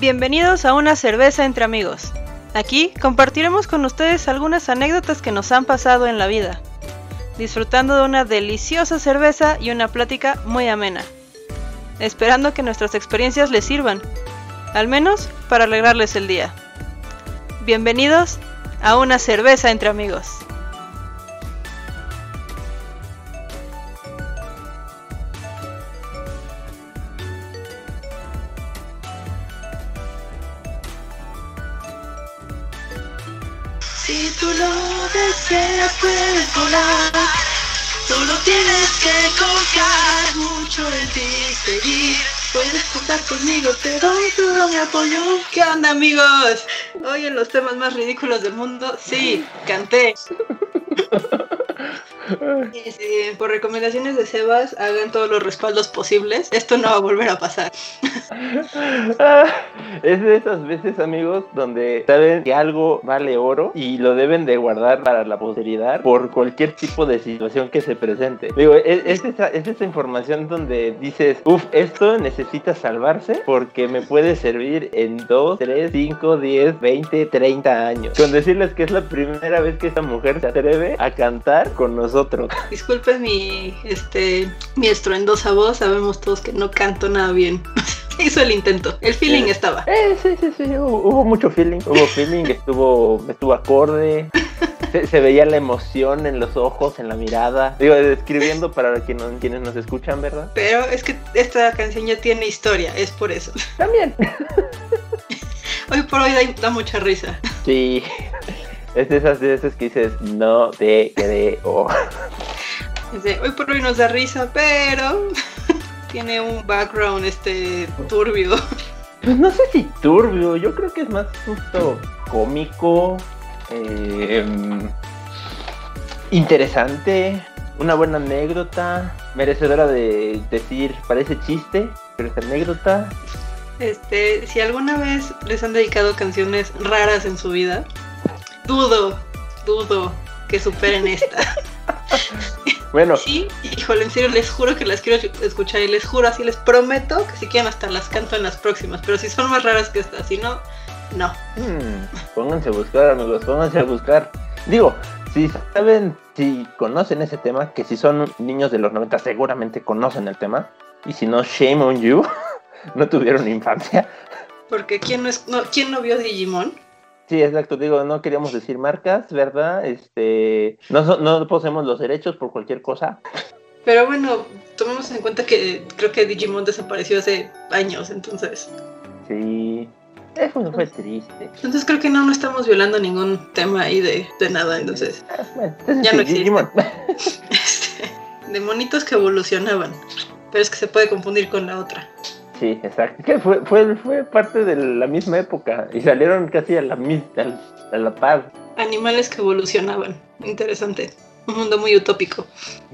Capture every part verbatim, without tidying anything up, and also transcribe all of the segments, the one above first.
Bienvenidos a una cerveza entre amigos. Aquí compartiremos con ustedes algunas anécdotas que nos han pasado en la vida, disfrutando de una deliciosa cerveza y una plática muy amena, esperando que nuestras experiencias les sirvan, al menos para alegrarles el día. Bienvenidos a una cerveza entre amigos. Si tú lo deseas, puedes volar. Solo tienes que confiar mucho en ti, seguir. Puedes contar conmigo, te doy todo mi apoyo. ¿Qué onda, amigos? Hoy en los temas más ridículos del mundo, sí, canté. Este, por recomendaciones de Sebas, hagan todos los respaldos posibles. Esto no va a volver a pasar. Es de esas veces, amigos, donde saben que algo vale oro y lo deben de guardar para la posteridad por cualquier tipo de situación que se presente. Digo, es, es, esa, es esa información donde dices, uff, esto necesita salvarse porque me puede servir en dos, tres, cinco, diez, veinte, treinta años. Con decirles que es la primera vez que esta mujer se atreve a cantar con nosotros. Disculpen mi, este, mi estruendosa voz, sabemos todos que no canto nada bien. Hizo el intento, el feeling eh, estaba. Eh, sí, sí, sí, hubo, hubo mucho feeling, hubo feeling, estuvo, estuvo acorde, se, se veía la emoción en los ojos, en la mirada. Digo, describiendo para quien no, quienes nos escuchan, ¿verdad? Pero es que esta canción ya tiene historia, es por eso. También. Hoy por hoy da, da mucha risa. Sí, es de esas veces que dices, no te creo. Dice, hoy por hoy nos da risa, pero... tiene un background este turbio. Pues no sé si turbio, yo creo que es más justo cómico, eh, interesante, una buena anécdota, merecedora de decir, parece chiste, pero es anécdota. Este, si alguna vez les han dedicado canciones raras en su vida, dudo, dudo que superen esta. Bueno. Sí, híjole, en serio, les juro que las quiero escuchar y les juro, así les prometo que si quieren hasta las canto en las próximas, pero si son más raras que estas, si no, no. Hmm, pónganse a buscar, amigos, pónganse a buscar. Digo, si saben, si conocen ese tema, que si son niños de los noventa seguramente conocen el tema, y si no, shame on you, no tuvieron infancia. Porque ¿quién no, es, no, ¿quién no vio Digimon? Sí, exacto, digo, no queríamos decir marcas, ¿verdad? Este, no, no poseemos los derechos por cualquier cosa. Pero bueno, tomemos en cuenta que creo que Digimon desapareció hace años, entonces. Sí, eso fue triste. Entonces creo que no, no estamos violando ningún tema ahí de, de nada, entonces. Bueno, entonces ya sí, no existe. Digimon. Este, de monitos que evolucionaban, pero es que se puede confundir con la otra. Sí, exacto. Que fue, fue, fue parte de la misma época y salieron casi a la misma, a la par. Animales que evolucionaban. Interesante. Un mundo muy utópico.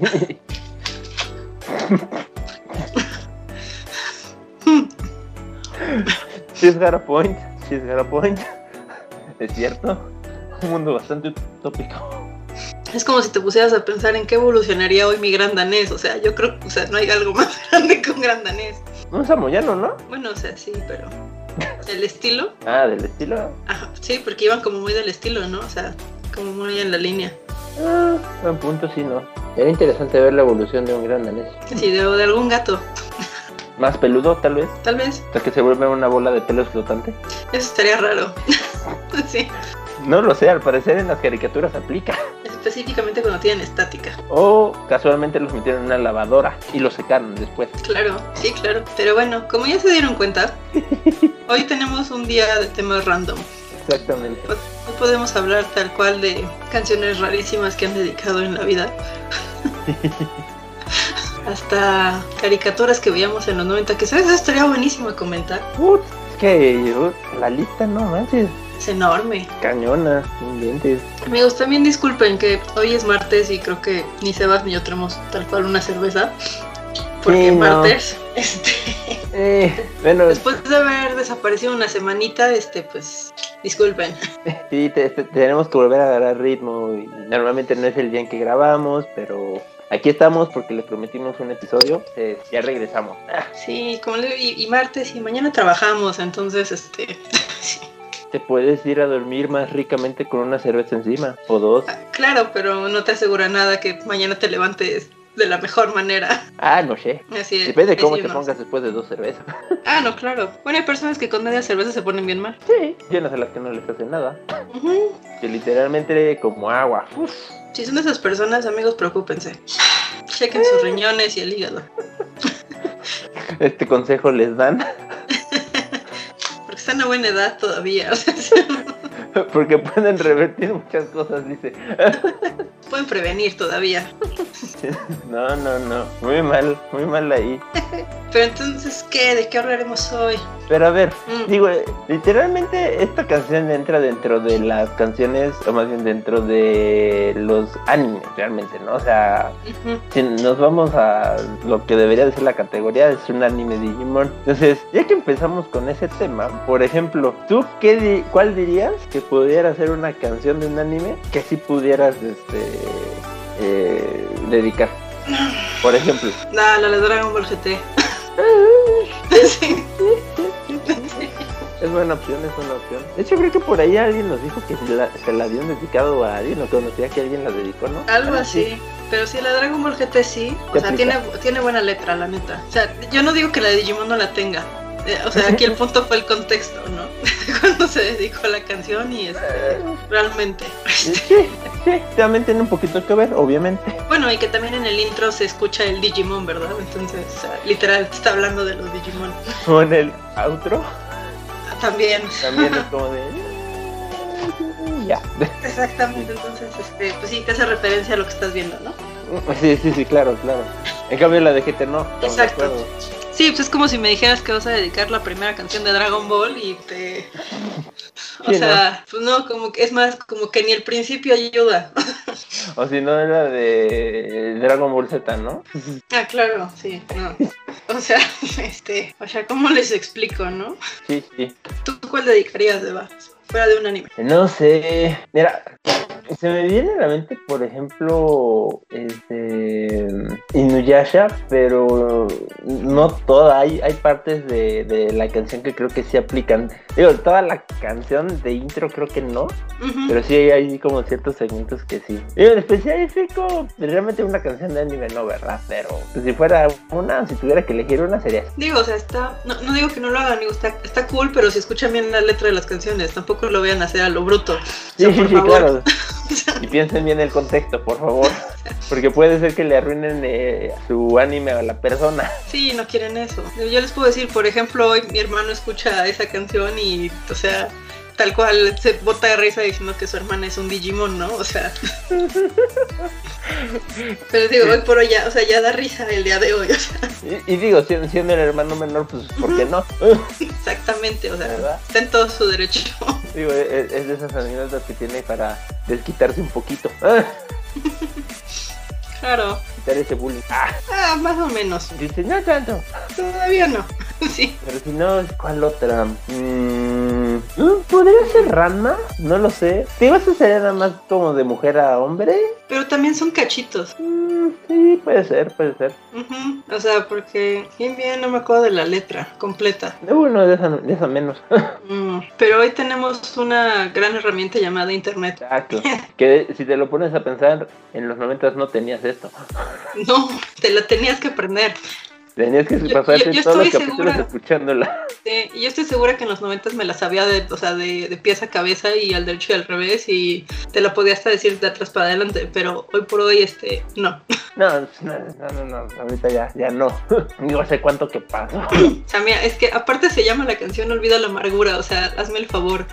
She's got a point. She's got a point. Es cierto. Un mundo bastante utópico. Es como si te pusieras a pensar en qué evolucionaría hoy mi gran danés. O sea, yo creo que o sea, no hay algo más grande que un gran danés. Un samoyano, ¿no? Bueno, o sea, sí, pero... ¿el estilo? Ah, ¿del estilo? Ajá, sí, porque iban como muy del estilo, ¿no? O sea, como muy en la línea. Ah, buen punto, sí, ¿no? Era interesante ver la evolución de un gran danés. Sí, de, de algún gato. Más peludo, tal vez. Tal vez. O sea, que se vuelve una bola de pelo flotante. Eso estaría raro. Sí. No lo sé, al parecer en las caricaturas aplica. Específicamente cuando tienen estática. O casualmente los metieron en una lavadora y los secaron después. Claro, sí, claro. Pero bueno, como ya se dieron cuenta, hoy tenemos un día de temas random. Exactamente. Hoy podemos hablar tal cual de canciones rarísimas que han dedicado en la vida. Hasta caricaturas que veíamos en los noventa, que sabes, eso estaría buenísimo comentar. Uh, es que uh, la lista, no manches. Es enorme. Cañona, inventes. Amigos, también disculpen que hoy es martes y creo que ni Sebas ni yo tenemos tal cual una cerveza. Porque sí, no. martes, este... Eh, bueno, después de haber desaparecido una semanita, este, pues, disculpen. Sí, te, te, tenemos que volver a agarrar ritmo. Y normalmente no es el día en que grabamos, pero aquí estamos porque les prometimos un episodio, eh, ya regresamos. Sí, como le, y, y martes y mañana trabajamos, entonces este... sí. Te puedes ir a dormir más ricamente con una cerveza encima, o dos. Ah, claro, pero no te asegura nada que mañana te levantes de la mejor manera. Ah, no sé. Así es. Depende de cómo sí, te no. pongas después de dos cervezas. Ah, no, claro. Bueno, hay personas que con media cerveza se ponen bien mal. Sí, yo no sé las que no les hace nada. Uh-huh. Que literalmente como agua. Uf. Si son de esas personas, amigos, preocúpense. Chequen sus riñones y el hígado. Este consejo les dan. Porque están a buena edad todavía. O sea, porque pueden revertir muchas cosas, dice. pueden prevenir todavía. No, no, no. Muy mal, muy mal ahí. Pero entonces, ¿qué? ¿De qué hablaremos hoy? Pero a ver, Mm. digo, literalmente esta canción entra dentro de las canciones, o más bien dentro de los animes, realmente, ¿no? O sea, Uh-huh. si nos vamos a lo que debería de ser la categoría, es un anime Digimon. Entonces, ya que empezamos con ese tema, por ejemplo, ¿tú qué di- cuál dirías que pudiera ser una canción de un anime que sí pudieras este eh, dedicar? Por ejemplo. No, la de Dragon Ball G T. Sí. Es buena opción, es buena opción. De hecho, creo que por ahí alguien nos dijo que se la, se la habían dedicado a alguien, o conocía que alguien la dedicó, ¿no? Algo Ah, así. sí. Pero sí, la Dragon Ball G T sí. O ¿Qué sea, aplica? tiene, tiene buena letra, la neta. O sea, yo no digo que la de Digimon no la tenga. Eh, o sea, aquí el punto fue el contexto, ¿no? Cuando se dedicó la canción y este, realmente. Sí, sí, también tiene un poquito que ver, obviamente. Bueno, y que también en el intro se escucha el Digimon, ¿verdad? Entonces, o sea, literal, te está hablando de los Digimon. O en el outro, También. también es como de... Ya. Exactamente, entonces, este, pues sí, te hace referencia a lo que estás viendo, ¿no? Sí, sí, sí, claro, claro. En cambio la de G T no. estamos de Exacto. acuerdo. Sí, pues es como si me dijeras que vas a dedicar la primera canción de Dragon Ball y te... O Sí, sea, pues no, como que es más, como que ni el principio ayuda. O si no era de Dragon Ball Z, ¿no? Ah, claro, sí, no. O sea, este, o sea, ¿cómo les explico, no? Sí, sí. ¿Tú cuál dedicarías, Eva? Fuera de un anime. No sé. Mira, se me viene a la mente, por ejemplo, este Inuyasha, pero no toda. Hay, hay partes de, de la canción que creo que sí aplican. Digo, toda la canción de intro creo que no, Uh-huh. pero sí hay, hay como ciertos segmentos que sí. Digo, en específico, realmente una canción de anime no, ¿verdad? Pero pues, si fuera una, si tuviera que elegir una, sería esa. Digo, o sea, está, no, no digo que no lo hagan, digo, está, está cool, pero si escuchan bien la letra de las canciones, tampoco lo vean hacer a lo bruto. O Sí, sea, sí, por sí, favor. claro. Y piensen bien el contexto, por favor. Porque puede ser que le arruinen eh, su anime a la persona. Sí, no quieren eso. Yo les puedo decir, por ejemplo, hoy mi hermano escucha esa canción y, o sea, tal cual se bota de risa diciendo que su hermana es un Digimon, ¿no? O sea. Pero digo, hoy por hoy ya, o sea, ya da risa el día de hoy, o sea. Y, y digo, siendo, siendo el hermano menor, pues, ¿por qué no? Exactamente, o sea, ¿verdad? está en todo su derecho. Digo, es, es de esas anécdotas que tiene para desquitarse un poquito. Claro. Quitar ese bullying. Ah, Ah, más o menos. dice, no tanto. Todavía no. Sí. Pero si no, ¿cuál otra? Mm, ¿podría ser Ranma? No lo sé. ¿Te ibas a ser nada más como de mujer a hombre? Pero también son cachitos. Mm, sí, puede ser, puede ser. Ujú. O sea, porque bien, bien, no me acuerdo de la letra completa. Eh, Bueno, de esa, de esa menos. Mm, Pero hoy tenemos una gran herramienta llamada internet. Exacto. Que si te lo pones a pensar, en los noventas no tenías esto. No, te la tenías que aprender. Tenías que Yo- pasarte yo- yo todos los estoy capítulos segura. escuchándola. Sí, y yo estoy segura que en los noventas me la sabía de, o sea, de, de pies a cabeza y al derecho y al revés y te la podía hasta decir de atrás para adelante, pero hoy por hoy, este, no. No, no, no, no, no, ahorita ya, ya no. Digo, hace cuánto que pasó. O sea, mira, es que aparte se llama la canción Olvida la amargura, o sea, hazme el favor.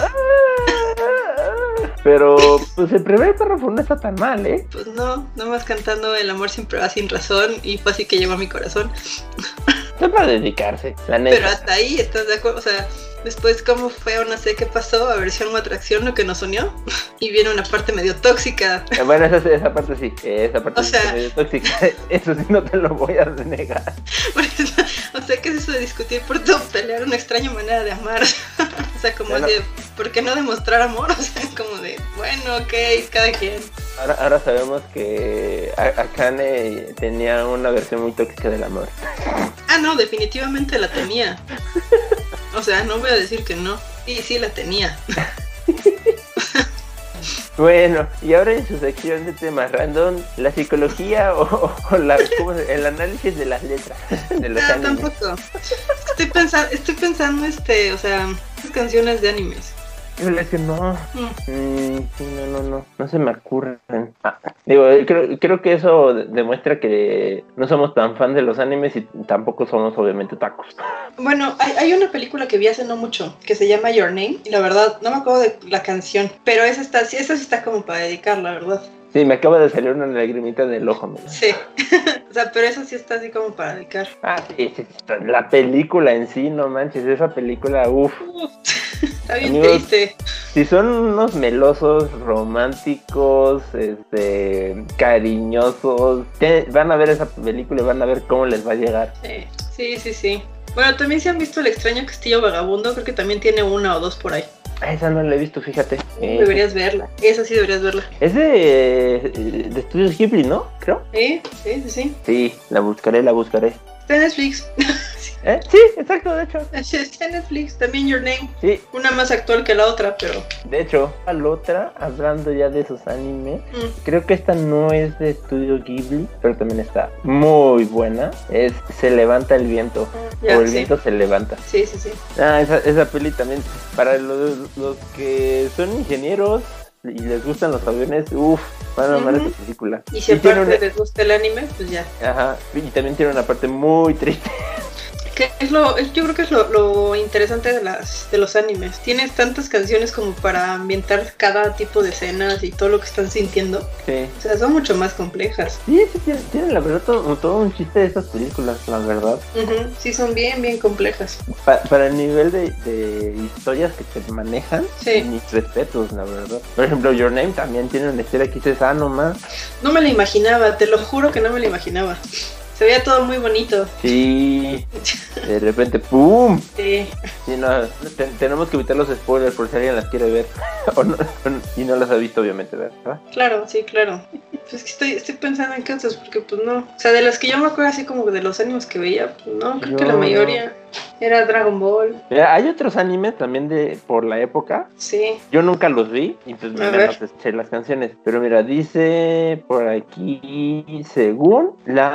Pero, pues el primer párrafo no está tan mal, ¿eh? Pues no, nomás cantando el amor siempre va sin razón y fue así que llegó a mi corazón. Es para dedicarse, la neta. Pero hasta ahí, ¿estás de acuerdo? O sea, después cómo fue o no sé qué pasó, aversión o atracción, lo que nos unió. Y viene una parte medio tóxica. Bueno, esa, esa parte sí, esa parte O sí sea- es medio tóxica. Eso sí no te lo voy a negar. O sea, ¿qué es eso de discutir por todo, pelear una extraña manera de amar? O sea, como Bueno. de, ¿por qué no demostrar amor? O sea, como de, bueno, ok, cada quien. Ahora, ahora sabemos que A- Akane tenía una versión muy tóxica del amor. Ah, no, definitivamente la tenía. O sea, no voy a decir que no. Sí, sí la tenía. Bueno, y ahora en su sección de temas random, la psicología o, o la, ¿cómo se- el análisis de las letras de los No, animes. tampoco. Estoy pensando, estoy pensando, este, o sea, esas canciones de animes. Híjole, es que no. Mm. Mm, sí, no, no, no. No se me ocurren. Ah, digo, eh, creo, creo que eso de- demuestra que no somos tan fan de los animes y tampoco somos obviamente tacos. Bueno, hay, hay una película que vi hace no mucho que se llama Your Name y la verdad no me acuerdo de la canción, pero esa está, sí, esa sí está como para dedicar, la verdad. Sí, me acaba de salir una lagrimita del ojo, mira. Sí. O sea, pero esa sí está así como para dedicar. Ah, sí, sí, sí, la película en sí, no manches, esa película, uff. Uf, está bien Amigos, triste. Si son unos melosos, románticos, este, cariñosos, te- van a ver esa película y van a ver cómo les va a llegar. Sí, sí, sí, sí. Bueno, también se han visto El extraño castillo vagabundo, creo que también tiene una o dos por ahí. Ah, esa no la he visto, fíjate. Eh, Deberías verla, esa sí deberías verla. es de, de Estudios Ghibli, ¿no? Creo. Sí, sí, sí, sí. Sí, la buscaré, la buscaré. Está en Netflix. ¿Eh? Sí, exacto, de hecho. Está en Netflix, también Your Name. Sí, Una más actual que la otra, pero... de hecho. La otra, hablando ya de esos animes, mm, creo que esta no es de Estudio Ghibli, pero también está muy buena. Es Se levanta el viento. ya, o el sí. viento se levanta. Sí, sí, sí. Ah, esa, esa peli también, para los, los que son ingenieros y les gustan los aviones, uff, van a amar Ujú. esa película. Y si Y tiene aparte una- les gusta el anime, pues ya. Ajá, y también tiene una parte muy triste. Que es lo, es- yo creo que es lo, lo interesante de las de los animes. Tienes tantas canciones como para ambientar cada tipo de escenas y todo lo que están sintiendo. Sí, O sea, son mucho más complejas. sí, sí, tienen, tienen la verdad todo, todo un chiste de esas películas, la verdad. Ujú, sí, son bien, bien complejas. Pa- para el nivel de, de historias que se manejan, Sí. mis respetos, la verdad. Por ejemplo, Your Name también tiene una historia que dices, ah, nomás. No me la imaginaba, te lo juro que no me la imaginaba. Se veía todo muy bonito. Sí, de repente, ¡pum! Sí. Sí, no, te- tenemos que evitar los spoilers por si alguien las quiere ver o no, o no- y no las ha visto, obviamente, ¿verdad? Claro, sí, claro. Pues es que estoy, estoy pensando en casos porque pues no. O sea, de las que yo me acuerdo así como de los animes que veía, pues no, creo que Yo la mayoría era Dragon Ball. Mira, hay otros animes también de por la época. Sí. Yo nunca los vi y pues A me ver. escuché las canciones. Pero mira, dice por aquí, según la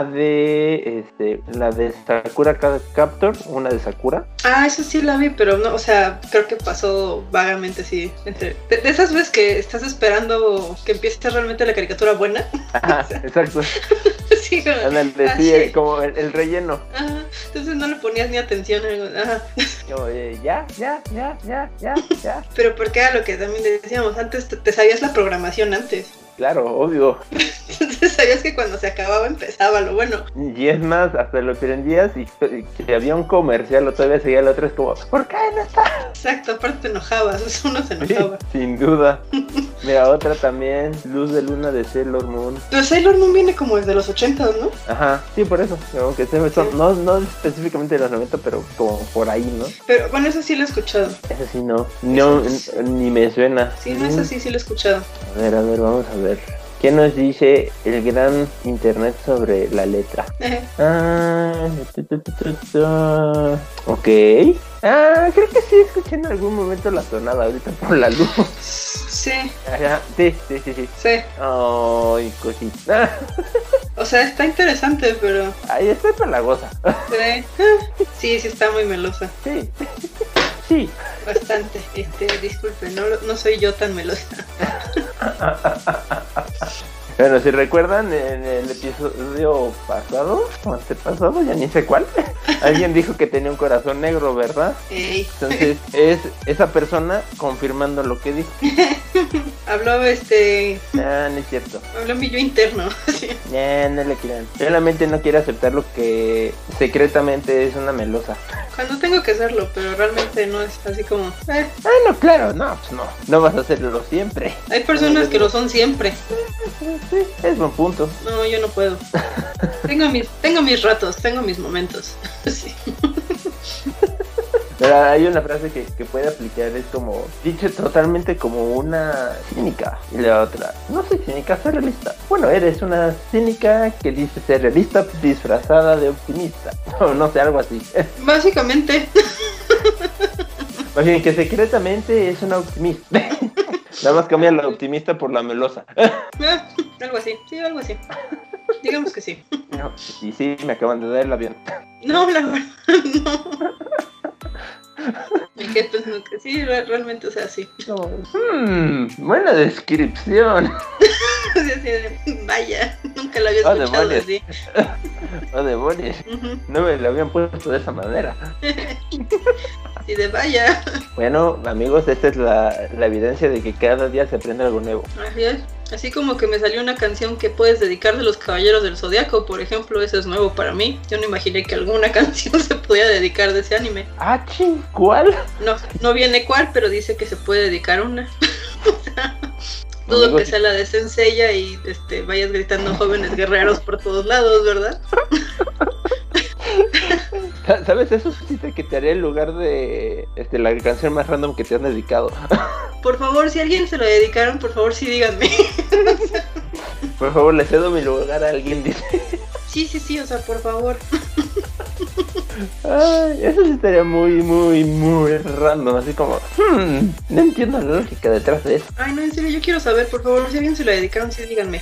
de este, la de Sakura Card Captor, una de Sakura. Ah, eso sí la vi, pero no, o sea, creo que pasó vagamente así. Entre, de, de esas veces que estás esperando que empiece realmente la caricatura buena. Ajá, exacto. Sí, como, Ándale, ah, sí, sí. como el, el relleno. Ajá, entonces no le ponías ni atención. Ajá. Como de, ya, ya, ya, ya, ya, ya. Pero porque era lo que también decíamos, antes te, te sabías la programación antes. Claro, obvio. Entonces sabías que cuando se acababa empezaba lo bueno. Y es más, hasta lo prendías y y que había un comercial o todavía seguía el otro, es como, ¿por qué no está? Exacto, aparte te enojabas, uno se Sí, enojaba. sin duda. Mira, otra también, Luz de Luna de Sailor Moon. Pero Sailor Moon viene como desde los ochenta, ¿no? Ajá, sí, por eso. Aunque se- son, no, no específicamente de los noventa, pero como por ahí, ¿no? Pero bueno, eso sí lo he escuchado. Eso sí, no. No, Eso n- ni me suena. Sí, no, eso sí, sí lo he escuchado. A ver, a ver, vamos a ver. ¿Qué nos dice el gran internet sobre la letra? Ah, tu, tu, tu, tu, tu. Ok. Ah, creo que sí escuché en algún momento la sonada ahorita por la luz. Sí, Ajá, sí, sí, sí, sí. sí. Ay, cosita. O sea, está interesante, pero... Ahí está pelagosa. Sí, sí, sí está muy melosa. Sí. Sí. Bastante. Este, disculpe, no, lo- no soy yo tan melosa. Bueno, si recuerdan en el episodio pasado, o antepasado, ya ni sé cuál, alguien dijo que tenía un corazón negro, ¿verdad? Ey. Entonces es esa persona confirmando lo que dijo. Habló este... Ah, no es cierto. Habló mi yo interno. Sí. Ya, no le crean. Solamente no quiere aceptar lo que secretamente es una melosa. Cuando tengo que hacerlo, pero realmente no es así como... eh, Ah, no, claro, no, pues no. No vas a hacerlo siempre. hay personas que lo son siempre. Sí, es buen punto. No, yo no puedo. Tengo mis, tengo mis ratos, tengo mis momentos. Sí. Pero hay una frase que, que puede aplicar, es como, dicho totalmente como una cínica. Y la otra, no soy cínica, soy realista. Bueno, eres una cínica que dice ser realista disfrazada de optimista. No, no sé, algo así. Básicamente. Más bien, que secretamente es una optimista. Nada más cambia la optimista por la melosa. Ah, algo así, sí, algo así. Digamos que sí. No, y sí, me acaban de dar el avión. No, la verdad, no. Me quedé pensando que sí, re- realmente, o sea, sí. No. Hmm, buena descripción. Así, así de, vaya, nunca lo había Oh, escuchado demonios. así. Oh, demonios. Ujú. No me lo habían puesto de esa manera. Y de vaya. Bueno, amigos, esta es la, la evidencia de que cada día se aprende algo nuevo. Así es. Así como que me salió una canción que puedes dedicar de los Caballeros del Zodiaco, por ejemplo, eso es nuevo para mí. Yo no imaginé que alguna canción se podía dedicar de ese anime. Ah, ching, ¿cuál? No, no viene cuál, pero dice que se puede dedicar una. O sea, dudo Amigos, que sea la de Senseiya y este, vayas gritando jóvenes guerreros por todos lados, ¿verdad? ¿sabes? Eso sí te quitaría el lugar de este, la canción más random que te han dedicado. Por favor, si a alguien se lo dedicaron, por favor, sí díganme. Por favor, le cedo mi lugar a alguien, dice. Sí, sí, sí, o sea, por favor. Ay, eso sí estaría muy, muy, muy random. Así como, hmm, no entiendo la lógica detrás de eso. Ay, no, en serio, yo quiero saber, por favor, si a alguien se lo dedicaron, sí díganme.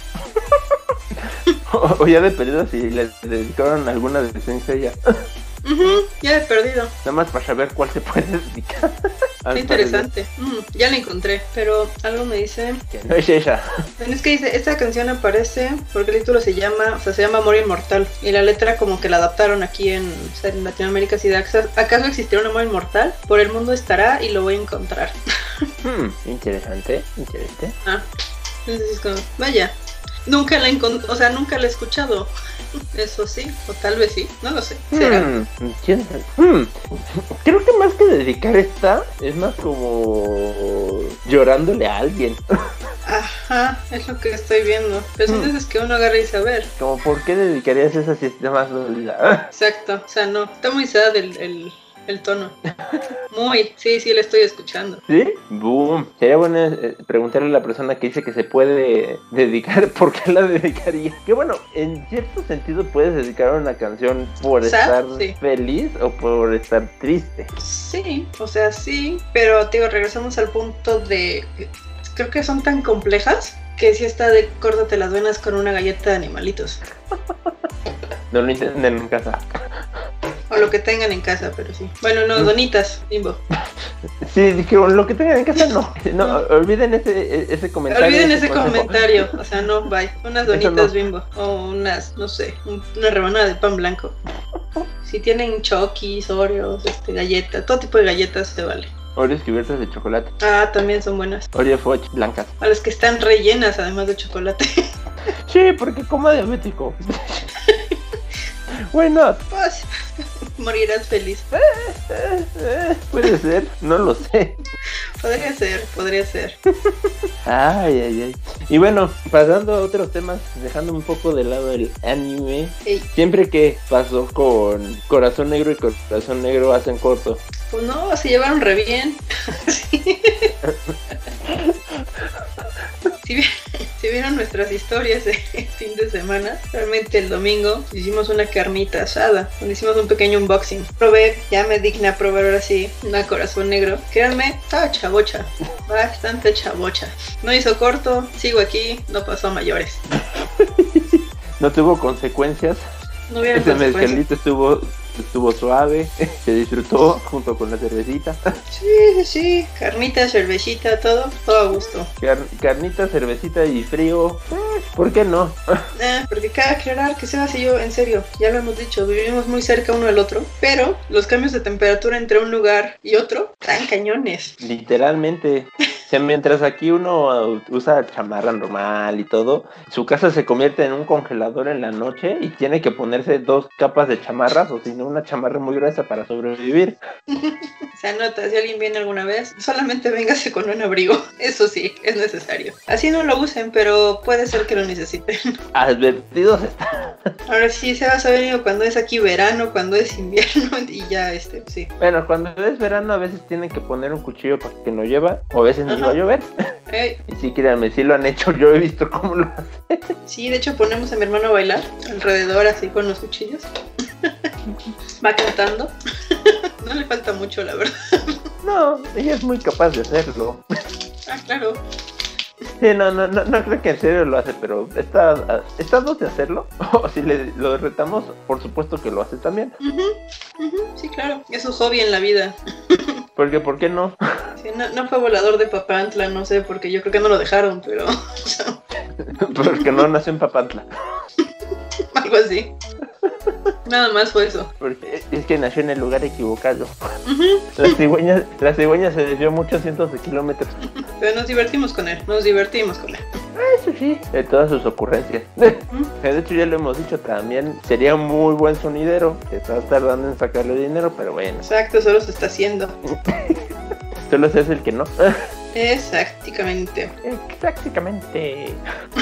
O, o ya de perdido si le dedicaron alguna de Senseiya. Uh-huh, ya he perdido. Nada más para saber cuál se puede dedicar. Qué interesante. Mm, ya la encontré, pero algo me dice. Que no es ella. Es que dice, esta canción aparece porque el título se llama, o sea, se llama Amor Inmortal. Y la letra como que la adaptaron aquí en, o sea, en Latinoamérica. Si de acaso, ¿acaso existirá un amor inmortal? Por el mundo estará y lo voy a encontrar. Hmm, interesante, interesante. Ah, entonces es como, vaya. Nunca la encont- o sea, nunca la he escuchado. Eso sí, o tal vez sí, no lo sé. ¿Será? Hmm, ¿quién sabe? Hmm, creo que más que dedicar esta, es más como llorándole a alguien. Ajá, es lo que estoy viendo. Pero son Hmm. veces que uno agarra y saber. Como, ¿por qué dedicarías esa si está más dolida? Exacto, o sea, no, está muy sad el, el, el tono. Muy, sí, sí, la estoy escuchando. ¿Sí? Boom. Sería bueno eh, preguntarle a la persona que dice que se puede dedicar, ¿por qué la dedicaría? Que bueno, en cierto sentido puedes dedicar una canción por ¿Sad? estar Sí. feliz o por estar triste. Sí, o sea, sí, pero te digo, regresamos al punto de, creo que son tan complejas que sí está de córtate las venas con una galleta de animalitos. No lo intenten en casa. O lo que tengan en casa, pero sí. Bueno, no, donitas, Bimbo. Sí, dijeron, lo que tengan en casa no. No, olviden ese, ese comentario. Olviden ese consejo. comentario, o sea, no, bye. Unas Eso donitas no. Bimbo, o unas, no sé, un- una rebanada de pan blanco. Si tienen chokis, oreos, este, galletas, todo tipo de galletas se vale. Oreos cubiertas de chocolate. Ah, también son buenas. Oreo Fudge blancas. A las que están rellenas además de chocolate. Sí, porque como diabético. Why not? Pues, morirás feliz. Eh, eh, puede ser, no lo sé. Podría ser, podría ser. Ay, ay, ay. Y bueno, pasando a otros temas, dejando un poco de lado el anime. Ey, Siempre que pasó con Corazón Negro y Corazón Negro hacen corto. pues no, se llevaron re bien. Sí. Si, vi- si vieron nuestras historias de fin de semana, realmente el domingo hicimos una carnita asada, donde hicimos un pequeño unboxing. Probé, ya me digna a probar ahora sí, una Corazón Negro. Créanme, estaba chavocha, bastante chavocha. No hizo corto, sigo aquí, no pasó a mayores. No tuvo consecuencias. No hubieron Ese consecuencias. mezcalito estuvo, estuvo suave. Se disfrutó junto con la cervecita. Sí, sí, sí, carnita, cervecita, todo, todo a gusto. Car- carnita, cervecita y frío. eh, ¿Por qué no? Eh, porque cabe aclarar que Sebas y yo, en serio, ya lo hemos dicho, vivimos muy cerca uno del otro, pero los cambios de temperatura entre un lugar y otro están cañones. Literalmente. O sea, mientras aquí uno usa chamarra normal y todo, su casa se convierte en un congelador en la noche y tiene que ponerse dos capas de chamarras o si no una chamarra muy gruesa para sobrevivir. Se anota, si alguien viene alguna vez, solamente véngase con un abrigo. Eso sí, es necesario. Así no lo usen, pero puede ser que lo necesiten. Advertidos está. Ahora sí, se va a saber cuando es aquí verano, cuando es invierno y ya, este, sí. Bueno, cuando es verano a veces tienen que poner un cuchillo para que no llueva, o a veces ni va a llover. Hey. Y sí, créanme, sí lo han hecho, yo he visto cómo lo hacen. Sí, de hecho ponemos a mi hermano a bailar alrededor así con los cuchillos. Va cantando. No le falta mucho, la verdad. No, ella es muy capaz de hacerlo. Ah, claro. Sí, no, no, no, no creo que en serio lo hace, pero está, está dos de hacerlo. O si le, lo retamos, por supuesto que lo hace también. Uh-huh, uh-huh, sí, claro. Es su hobby en la vida. Porque, ¿por qué no? Sí, no, no fue volador de Papantla, no sé, porque yo creo que no lo dejaron, pero... Porque no nació en Papantla. Algo así. Nada más fue eso. Porque es que nació en el lugar equivocado. Uh-huh. La cigüeña, la cigüeña se desvió muchos cientos de kilómetros. Pero nos divertimos con él, nos divertimos con él. Eso sí, de todas sus ocurrencias. Uh-huh. De hecho ya lo hemos dicho también, sería un muy buen sonidero. Te estás tardando en sacarle dinero, pero bueno. Exacto, solo se está haciendo. Solo se hace el que no. Exactamente. Exactamente.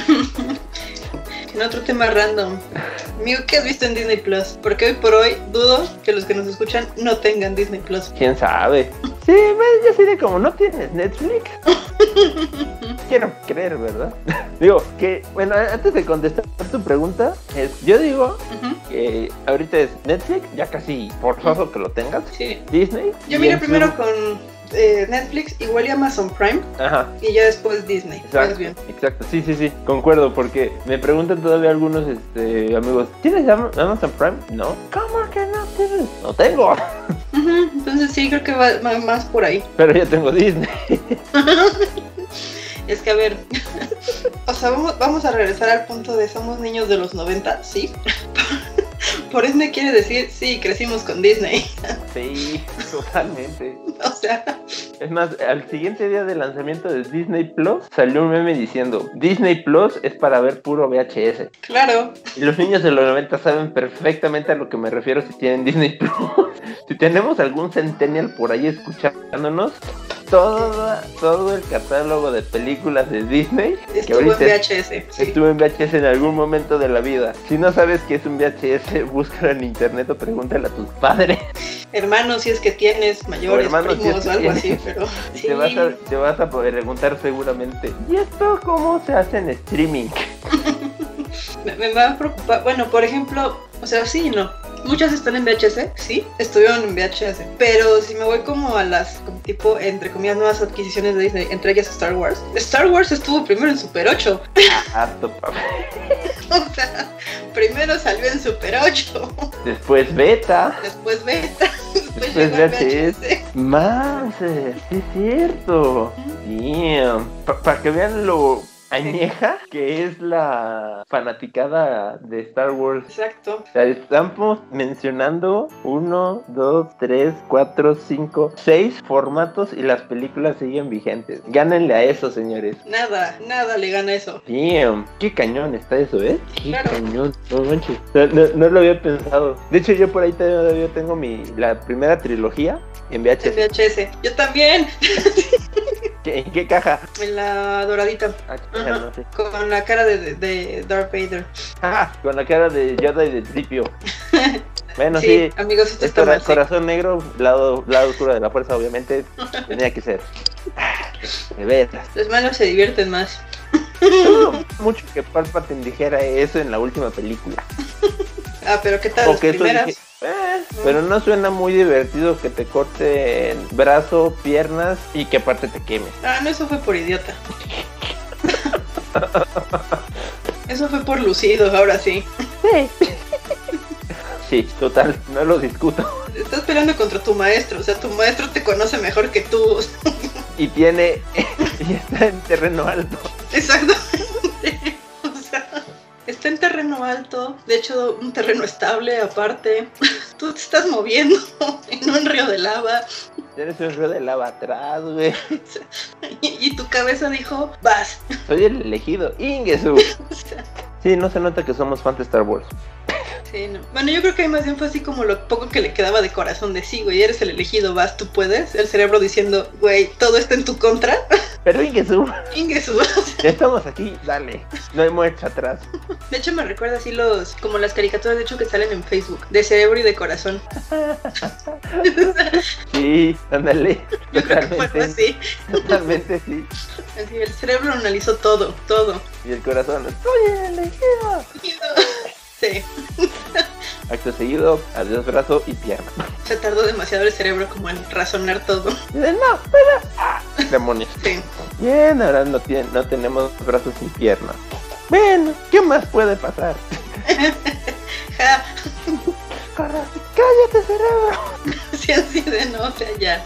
En otro tema random, amigo, ¿qué has visto en Disney Plus? Porque hoy por hoy dudo que los que nos escuchan no tengan Disney Plus. ¿Quién sabe? Sí, yo sí de como no tienes Netflix. Quiero creer, ¿verdad? Digo, que, bueno, antes de contestar tu pregunta, es, yo digo uh-huh. que ahorita es Netflix, ya casi forzoso que lo tengas. Sí. Disney. Yo miré primero su... con... Eh, Netflix, igual y Amazon Prime. Ajá. Y ya después Disney. Exacto, bien. Exacto, sí, sí, sí, concuerdo, porque me preguntan todavía algunos este, amigos, ¿tienes Amazon Prime? No. ¿Cómo que no tienes? No tengo. Uh-huh. Entonces sí, creo que va, va más por ahí. Pero ya tengo Disney. Es que a ver, o sea, vamos, vamos a regresar al punto de somos niños de los noventa, ¿sí? Por ende quiere decir, sí, crecimos con Disney. Sí, totalmente. O sea... Es más, al siguiente día de lanzamiento de Disney Plus, salió un meme diciendo, Disney Plus es para ver puro V H S. Claro. Y los niños de los noventa saben perfectamente a lo que me refiero si tienen Disney Plus. Si tenemos algún centennial por ahí escuchándonos, todo, todo el catálogo de películas de Disney estuvo en V H S. Sí. Estuvo en V H S en algún momento de la vida. Si no sabes qué es un V H S, búscalo en internet o pregúntale a tus padres. Hermanos, si es que tienes mayores, hermanos, primos si es o algo así, pero... Sí. Te, vas a, te vas a poder preguntar seguramente, ¿y esto cómo se hace en streaming? me, me va a preocupar, bueno, por ejemplo, o sea, sí y no. Muchas están en V H S, sí, estuvieron en V H S, pero si me voy como a las, como tipo, entre comillas, nuevas adquisiciones de Disney, entre ellas Star Wars, Star Wars estuvo primero en Super ocho. Ah, topa. O sea, primero salió en Super ocho. Después Beta. Después Beta. Después, después V H S. Más, sí es cierto. Damn. Para pa que vean lo... añeja que es la fanaticada de Star Wars. Exacto. O sea, estamos mencionando uno, dos, tres, cuatro, cinco, seis formatos y las películas siguen vigentes. Gánenle a eso, señores. Nada, nada le gana eso. Damn, qué cañón está eso, ¿eh? Qué claro. cañón, no manches. No, no, no lo había pensado. De hecho, yo por ahí todavía tengo mi la primera trilogía en V H S. En V H S. Yo también. ¿En qué caja? En la doradita. Ah, uh-huh. No sé. Con la cara de, de, de Darth Vader. Ah, con la cara de Yoda y de Tripio. Bueno, sí, sí. Amigos, esto está está mal, corazón sí. Negro, lado, lado oscuro de la fuerza, obviamente. Tenía que ser. De veras. Los malos se divierten más. Todo mucho que Palpatine dijera eso en la última película. Ah, pero ¿qué tal o las que primeras? Dije, eh, mm. Pero no suena muy divertido que te corten brazo, piernas y que aparte te quemes. Ah, no, eso fue por idiota. Eso fue por lucido, ahora sí. Sí. Sí, total, no lo discuto. Estás peleando contra tu maestro, o sea, tu maestro te conoce mejor que tú. Y tiene... y está en terreno alto. Exactamente. O sea, está en terreno alto, de hecho un terreno estable aparte. Tú te estás moviendo en un río de lava. Tienes un río de lava atrás, güey. Y, y tu cabeza dijo, vas. Soy el elegido, Ingesu. Sí, no se nota que somos fans de Star Wars. Sí, no. Bueno, yo creo que ahí más bien fue así como lo poco que le quedaba de corazón de sí, güey, eres el elegido, vas, tú puedes. El cerebro diciendo, güey, todo está en tu contra. Pero Ingesu, Ingesu. ya estamos aquí, dale, no hay marcha atrás. De hecho me recuerda así los, como las caricaturas de hecho que salen en Facebook, de cerebro y de corazón. Sí, ándale. Yo creo que fue algo así. Totalmente sí. Así, el cerebro analizó todo, todo. Y el corazón, estoy elegido. Sí. Acto seguido, adiós brazo y pierna. Se tardó demasiado el cerebro como en razonar todo. Dice, no, pero... ¡Ah! Demonios. Sí. Bien, ahora no, tiene, no tenemos brazos y piernas. Bueno, ¿qué más puede pasar? Ja. Corre, cállate, cerebro. Sí, así de no, o sea, ya.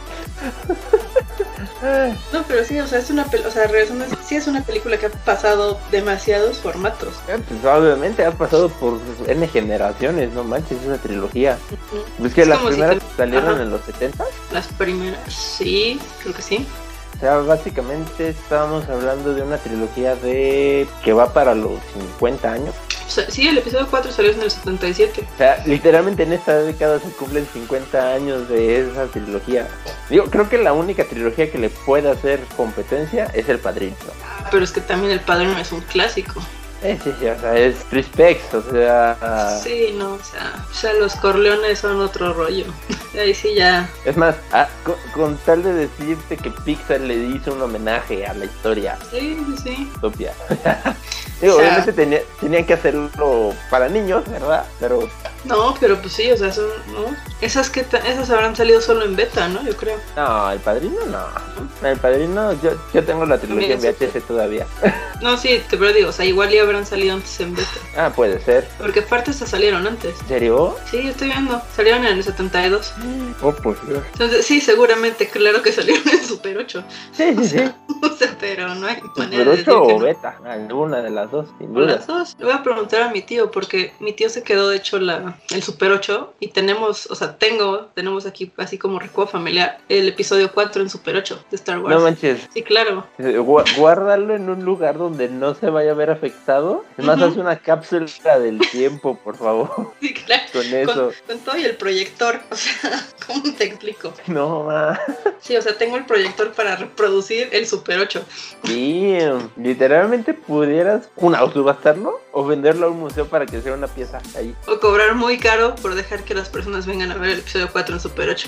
No, pero sí, o sea, es una pel- o sea, regresando, sí es una película que ha pasado demasiados formatos. Eh, Pues obviamente ha pasado por N generaciones, no manches, es una trilogía. Uh-huh. ¿Es que Es las como si primeras te- salieron Ajá. en los setenta? Las primeras, sí, creo que sí. O sea, básicamente estábamos hablando de una trilogía de que va para los cincuenta años. O sea, sí, el episodio cuatro salió en el setenta y siete. O sea, literalmente en esta década se cumplen cincuenta años de esa trilogía. Digo, creo que la única trilogía que le puede hacer competencia es El Padrino. Pero es que también El Padrino es un clásico. Eh, sí, sí, o sea, es Trispex, o sea... Sí, no, o sea, o sea, los Corleones son otro rollo. Ahí sí ya. Es más, ah, con, con tal de decirte que Pixar le hizo un homenaje a la historia Sí, sí, sí. propia. Digo, O sea- obviamente tenía, tenían que hacerlo para niños, ¿verdad? Pero No, pero pues sí, o sea, son, ¿no? Esas que ta- esas habrán salido solo en beta, ¿no? Yo creo. no, El Padrino no. No, El Padrino, yo, yo tengo la trilogía en También V H S todavía. No, sí, te pero digo, o sea, igual ya habrán salido antes en beta. Ah, puede ser. Porque aparte hasta salieron antes. ¿En serio? Sí, yo estoy viendo. Salieron en el setenta y dos. Oh, por Dios. Entonces, sí, seguramente, claro que salieron en Super ocho. Sí, sí, sí. O sea, pero no hay manera ¿Super de decir ocho que o no. beta? Alguna de las dos, sin O duda. las dos. Le voy a preguntar a mi tío porque mi tío se quedó de hecho la, el Super ocho y tenemos, o sea, tengo, tenemos aquí así como recuerdo familiar el episodio cuatro en Super ocho de Star Wars. No manches. Sí, claro. Eh, gua- Guárdalo en un lugar donde no se vaya a ver afectado. Es más, Ujú. haz una cápsula del tiempo, por favor. Sí, claro. Con eso. Con, con todo y el proyector, o sea, ¿cómo te explico? No, ma. Sí, o sea, tengo el proyector para reproducir el Super ocho. Sí, literalmente pudieras, una, o subastarlo o venderlo a un museo para que sea una pieza ahí. O cobrar muy caro por dejar que las personas vengan a ver el episodio cuatro en Super ocho.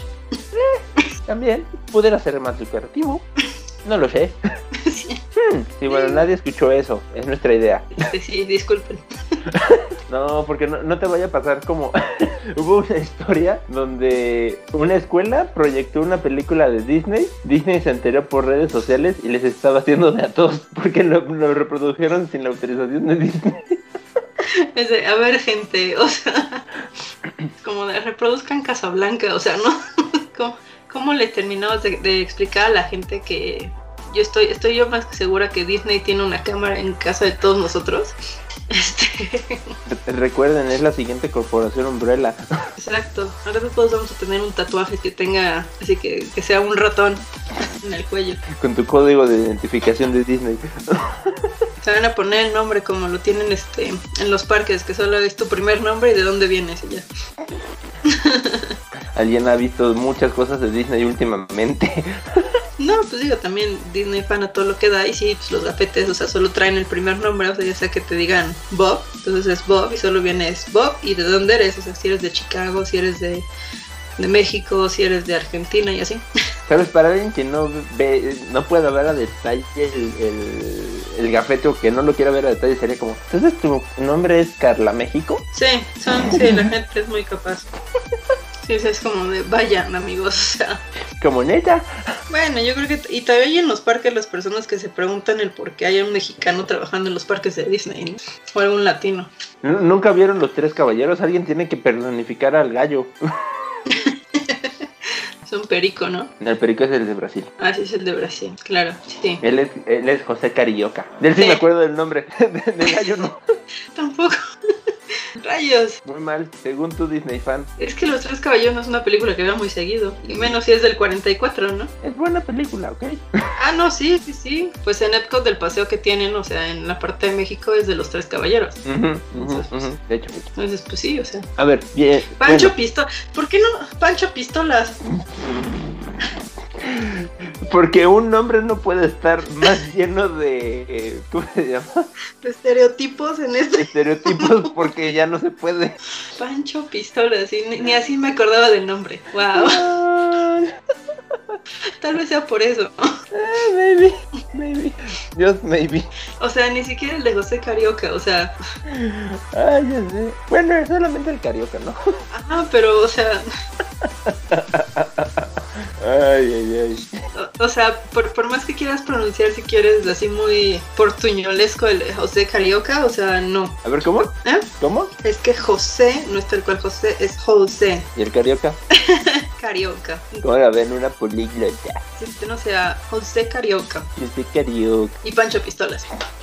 También pudiera ser más lucrativo. No lo sé. Sí, Hmm, sí, bueno, nadie escuchó eso. Es nuestra idea. este, sí, disculpen. No, porque no, no te vaya a pasar como... Hubo una historia donde una escuela proyectó una película de Disney. Disney se enteró por redes sociales y les estaba haciendo de a todos porque lo, lo reprodujeron sin la autorización de Disney. Es de, a ver, gente, o sea, como de reproduzcan Casablanca, o sea, ¿no? ¿Cómo, cómo le terminamos de, de explicar a la gente que yo estoy, estoy yo más que segura que Disney tiene una cámara en casa de todos nosotros? Este, Recuerden, es la siguiente corporación Umbrella. exacto, ahora todos vamos a tener un tatuaje que tenga, así que, que sea un ratón en el cuello. Con tu código de identificación de Disney. Se van a poner el nombre como lo tienen este en los parques, que solo es tu primer nombre y de dónde vienes y ya. Alguien ha visto muchas cosas de Disney últimamente. No, pues digo, también Disney fan a todo lo que da y sí, pues los gafetes, o sea, solo traen el primer nombre, o sea, ya sea que te digan Bob, entonces es Bob y solo vienes Bob y de dónde eres, o sea, si eres de Chicago, si eres de, de México, si eres de Argentina y así. ¿Sabes? Para alguien que no ve, no pueda ver a detalle el, el, el gafete o que no lo quiera ver a detalle, sería como, ¿entonces tu nombre es Carla México? Sí, son, sí, la gente es muy capaz. Sí, sí, es como de, vayan amigos, o sea. Como neta. Bueno, yo creo que, y todavía hay en los parques las personas que se preguntan el por qué hay un mexicano trabajando en los parques de Disney, ¿no? O algún latino. N- ¿Nunca vieron Los Tres Caballeros? Alguien tiene que personificar al gallo. Es un perico, ¿no? El perico es el de Brasil. Ah, sí, es el de Brasil, claro, sí. Él es, él es José Carioca. De él sí, Sí. me acuerdo del nombre. De, del gallo no. Tampoco. Rayos. Muy mal, según tu Disney fan. Es que Los Tres Caballeros no es una película que veo muy seguido. Y menos si es del cuarenta y cuatro, ¿no? Es buena película, ¿ok? Ah, no, sí, sí, sí. Pues en Epcot del paseo que tienen, o sea, en la parte de México es de Los Tres Caballeros. Uh-huh, uh-huh, uh-huh. De hecho, entonces, pues sí, o sea. A ver, bien. Pancho bueno. Pistolas. ¿Por qué no Pancho Pistolas? Porque un nombre no puede estar más lleno de... ¿Cómo se llama? De estereotipos en este. Estereotipos porque ya no se puede. Pancho Pistolas, y ni, ni así me acordaba del nombre. Wow. Tal vez sea por eso. Eh, maybe, maybe. Just maybe. O sea, ni siquiera el de José Carioca, o sea. Ah, ya sé. Bueno, solamente el Carioca, ¿no? Ajá, pero, o sea. Ay, ay, ay. O, o sea, por, por más que quieras pronunciar, si quieres, así muy portuñolesco el José Carioca, o sea, no. A ver, ¿cómo? ¿Eh? ¿Cómo? Es que José no es tal cual José, es José. ¿Y el Carioca? Carioca. ¿Cómo la ven? Una políglota. Si usted no sea José Carioca. Yo soy Carioca. Y Pancho Pistolas.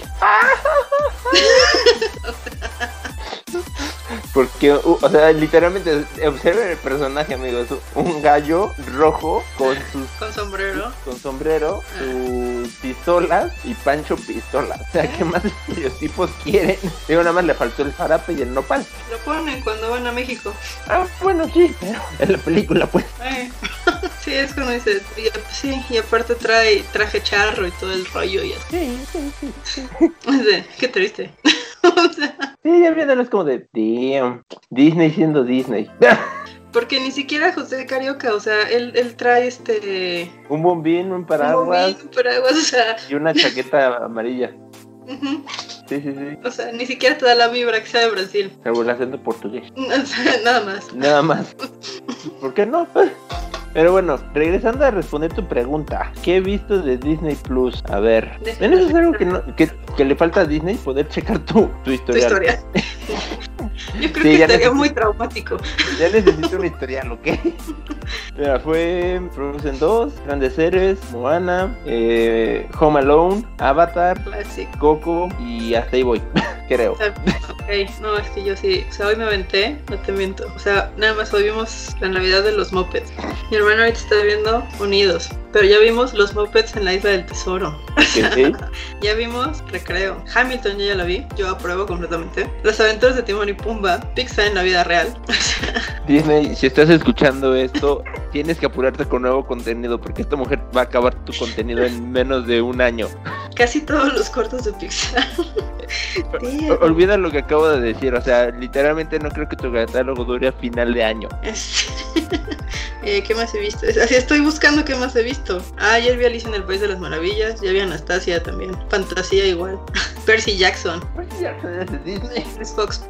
Porque, uh, o sea, literalmente, observen el personaje, amigos. Un gallo rojo con sus... Con sombrero. Con sombrero, ah. sus pistolas y Pancho Pistolas. O sea, ¿qué más estereotipos quieren? Digo, nada más le faltó el zarape y el nopal. Lo ponen cuando van a México. Ah, bueno, sí, pero en la película, pues. Eh. Sí, es como dice, y, sí, y aparte trae traje charro y todo el rollo y así. Sí, sí, sí, sí. O sea, qué triste. O sea, sí, ya viéndolo es como de, damn, Disney siendo Disney. Porque ni siquiera José Carioca, o sea, él, él trae este... Un bombín, un paraguas. Un bombín, un paraguas, o sea... Y una chaqueta amarilla. Uh-huh. Sí, sí, sí. O sea, ni siquiera te da la vibra que sea de Brasil. Pero el acento portugués. O sea, nada más. Nada más. ¿Por qué no? Pero bueno, regresando a responder tu pregunta, ¿qué he visto de Disney Plus? A ver, ¿en eso es algo que, no, que, que le falta a Disney? Poder checar tu, tu historial. Tu historial. Yo creo sí, que sería necesito, muy traumático. Ya necesito un historial, ¿ok? Mira, fue Frozen dos, Grandes Héroes, Moana, eh, Home Alone, Avatar, Classic. Coco y hasta ahí voy, creo. Ok, no, es que yo sí, o sea, hoy me aventé, no te miento. O sea, nada más hoy vimos la Navidad de los Muppets. Mi hermano ahorita está viendo Unidos, pero ya vimos los Muppets en la Isla del Tesoro. ¿Qué? Ya vimos Recreo. Hamilton yo ya la vi, yo apruebo completamente. Las aventuras de Timón y Pumba, Pixar en la vida real. Disney, si estás escuchando esto, tienes que apurarte con nuevo contenido porque esta mujer va a acabar tu contenido en menos de un año. Casi todos los cortos de Pixar. O, olvida lo que acabo de decir, o sea, literalmente no creo que tu catálogo dure a final de año. eh, ¿Qué más he visto? Así estoy buscando qué más he visto. Ah, ayer vi Alicia en el País de las Maravillas, ya vi Anastasia también. Fantasía igual. Percy Jackson. Percy Jackson es de Disney. Es Fox.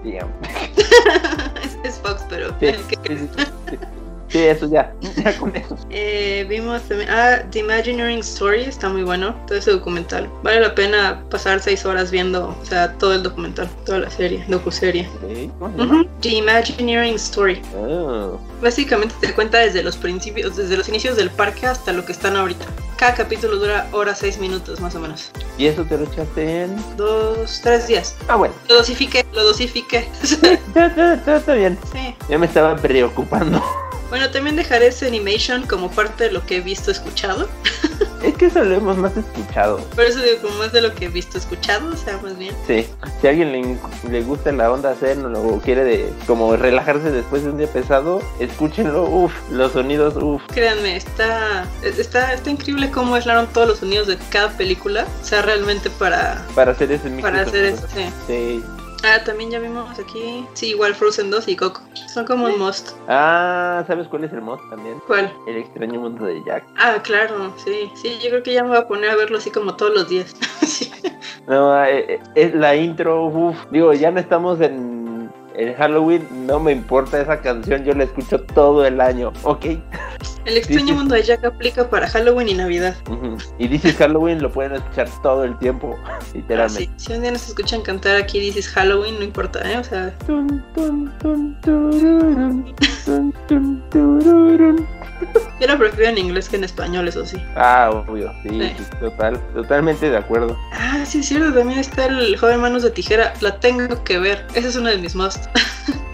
es, es Fox, pero... Sí, sí, sí, sí. Sí, eso ya, ya con eso. Eh, vimos también, ah, The Imagineering Story, está muy bueno, todo ese documental. Vale la pena pasar seis horas viendo, o sea, todo el documental, toda la serie, docuserie. Okay. ¿Cómo se llama? Uh-huh. The Imagineering Story. Oh. Básicamente te cuenta desde los principios, desde los inicios del parque hasta lo que están ahorita. Cada capítulo dura hora seis minutos más o menos. ¿Y eso te lo echaste en? Dos, tres días. Ah, bueno. Lo dosifiqué, lo dosifiqué. Sí, está, está, está, está bien. Sí. Ya me estaba preocupando. Bueno, también dejaré ese animation como parte de lo que he visto, escuchado. Es que eso lo hemos más escuchado. Por eso digo, como más de lo que he visto, escuchado, o sea, más bien. Sí, si a alguien le, le gusta la onda hacer o quiere de como relajarse después de un día pesado, escúchenlo, uff, los sonidos, uff. Créanme, está, está, está increíble cómo aislaron todos los sonidos de cada película, o sea, realmente para... Para hacer ese mix. Para hacer eso, sí. Sí. Ah, también ya vimos aquí, sí, igual Frozen dos y Coco. Son como un must. Ah, ¿sabes cuál es el must también? ¿Cuál? El extraño mundo de Jack. Ah, claro, sí. Sí, yo creo que ya me voy a poner a verlo así como todos los días. Sí. No, es, es la intro, uff. Digo, ya no estamos en, en Halloween, no me importa esa canción, yo la escucho todo el año, ¿ok? El extraño Dices... mundo de Jack aplica para Halloween y Navidad. Uh-huh. Y dices Halloween, lo pueden escuchar todo el tiempo, literalmente. Ah, sí. Si un día nos escuchan cantar aquí dices Halloween, no importa, ¿eh? O sea... Tun, tun, tun, tururun, tun, tun, tururun. Yo lo prefiero en inglés que en español, eso sí. Ah, obvio, sí, sí. sí, total, totalmente de acuerdo. Ah, sí es cierto, también está el Joven Manos de Tijera, la tengo que ver, ese es uno de mis must.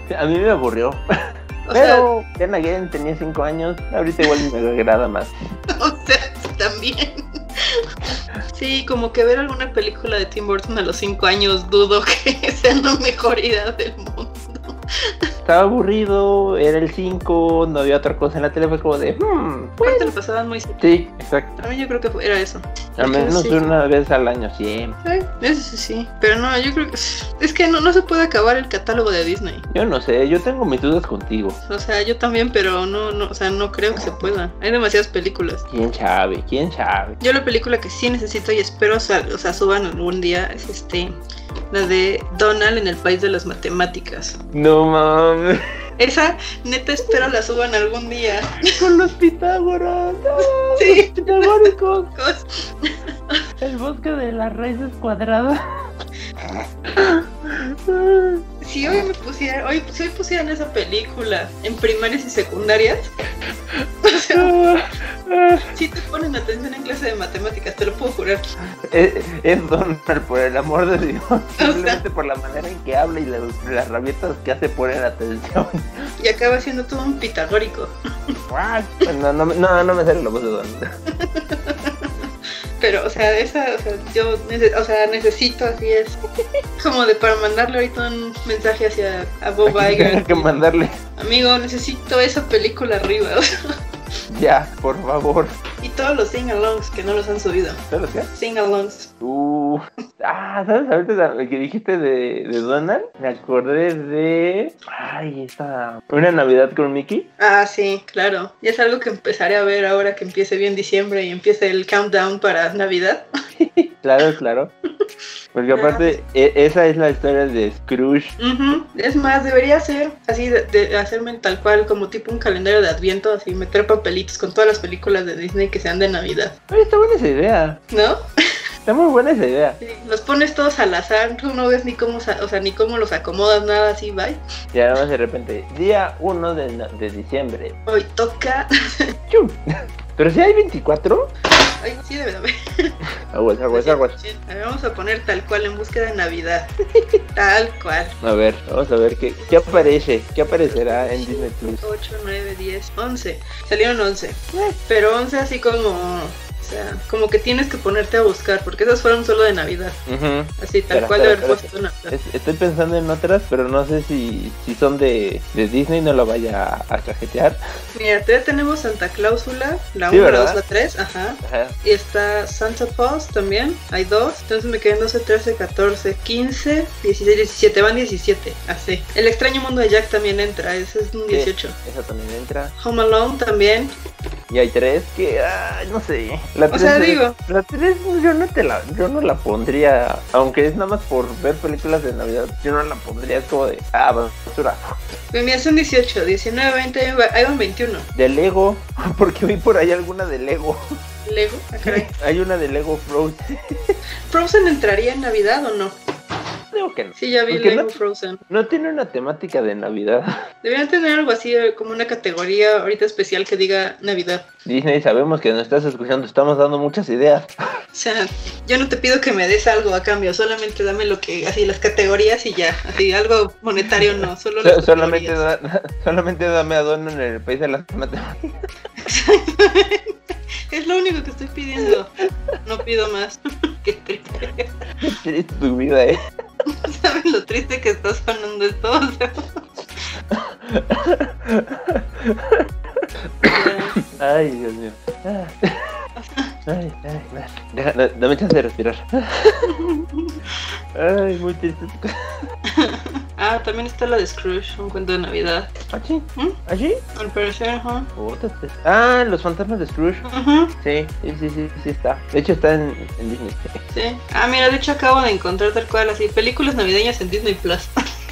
A mí me aburrió. O Pero Then Again tenía cinco años, ahorita igual me agrada más. O sea, también. Sí, como que ver alguna película de Tim Burton a los cinco años dudo que sea la mejor idea del mundo. Estaba aburrido, era el cinco, no había otra cosa en la tele, fue como de... Hmm, Aparte pues... lo pasaban muy... Sí, exacto. A mí yo creo que era eso. Al menos sí. Una vez al año, siempre. Sí, eso sí, sí. Pero no, yo creo que... Es que no, no se puede acabar el catálogo de Disney. Yo no sé, yo tengo mis dudas contigo. O sea, yo también, pero no, no, o sea, no creo que se pueda. Hay demasiadas películas. ¿Quién sabe? ¿Quién sabe? Yo la película que sí necesito y espero, o sea, o sea suban algún día es este... La de Donald en el país de las matemáticas. No mames. Esa, neta, espero la suban algún día. Con los Pitágoras. No, sí. Los pitagóricos. El bosque de las raíces cuadradas. Si hoy me pusieran, hoy, si hoy pusieran esa película en primarias y secundarias, o sea, si te ponen atención en clase de matemáticas, te lo puedo jurar. Es, es Donald, por el amor de Dios, simplemente o sea, por la manera en que habla y las, las rabietas que hace poner atención. Y acaba siendo todo un pitagórico. No, no, no, no me sale la voz de Donald. Pero, o sea, esa, o sea, yo nece- o sea, necesito, así es, como de para mandarle ahorita un mensaje hacia a Bob Iger. Hay que mandarle. Amigo, necesito esa película arriba, o sea. Ya, por favor. Y todos los sing-alongs que no los han subido. ¿Todos los qué? Sing-alongs. Uh, ah, ¿sabes? Ahorita lo que dijiste de, de Donald, me acordé de... Ay, esta... Una Navidad con Mickey. Ah, sí, claro. Y es algo que empezaré a ver ahora que empiece bien diciembre y empiece el countdown para Navidad. Claro, claro. Porque aparte, e- esa es la historia de Scrooge. Uh-huh. Es más, debería ser así, de, de hacerme tal cual, como tipo un calendario de Adviento, así meter papelitos con todas las películas de Disney que sean de Navidad. Oye, está buena esa idea. ¿No? Está muy buena esa idea. Sí, los pones todos al azar, tú no ves ni cómo, o sea, ni cómo los acomodas, nada así, bye. Y además de repente, día uno de, de diciembre. Hoy toca... ¡Chum! ¿Pero si hay veinticuatro? Ay, sí debe de haber. Aguas, aguas, aguas. A ver, vamos a poner tal cual en búsqueda de Navidad. Tal cual. A ver, vamos a ver qué, qué aparece, qué aparecerá en Disney Plus. ocho, nueve, diez, once. Salieron once. Pero once así como... O sea, como que tienes que ponerte a buscar, porque esas fueron solo de Navidad. Uh-huh. Así, tal pero, cual pero, de haber pero, puesto Navidad. Es, estoy pensando en otras, pero no sé si, si son de, de Disney, no la vaya a, a cajetear. Mira, todavía tenemos Santa Cláusula, la sí, uno, la dos, la tres, ajá. ajá. Y está Santa Claus también, hay dos. Entonces me quedan doce, trece, catorce, quince, dieciséis, diecisiete, van diecisiete, así. El extraño mundo de Jack también entra, ese es un dieciocho. Sí, esa también entra. Home Alone también. Y hay tres que, ay, no sé. La o sea, digo. La tres yo no te la, yo no la pondría, aunque es nada más por ver películas de Navidad, yo no la pondría, es como de, ah, basura. Pues mira, son dieciocho, diecinueve, veinte, ahí van veintiuno. De Lego, porque vi por ahí alguna de Lego. ¿Lego? Ah, caray. Hay una de Lego Frozen. ¿Frozen entraría en Navidad o no? Digo que no. Sí, ya vi porque Lego no, Frozen. No tiene una temática de Navidad. Deberían tener algo así como una categoría ahorita especial que diga Navidad. Disney, sabemos que nos estás escuchando, estamos dando muchas ideas. O sea, yo no te pido que me des algo a cambio, solamente dame lo que, así las categorías y ya, así algo monetario no, solo las solamente, da, solamente dame a Dono en el país de las matemáticas. Es lo único que estoy pidiendo, no pido más. Qué triste. Qué triste tu vida, eh. ¿Sabes lo triste que está sonando esto? O sea... Ay, Dios mío. Ay, ay, ay. Deja, dame chance de respirar. Ay, muy triste. Ah, también está la de Scrooge, un cuento de Navidad. ¿Ah, sí? ¿Mm? ¿Ah, sí? Al parecer, ajá. Uh-huh. Ah, los fantasmas de Scrooge. Uh-huh. Sí, sí, sí, sí, sí está. De hecho está en, en Disney. Sí. Ah, mira, de hecho acabo de encontrar tal cual así, películas navideñas en Disney Plus.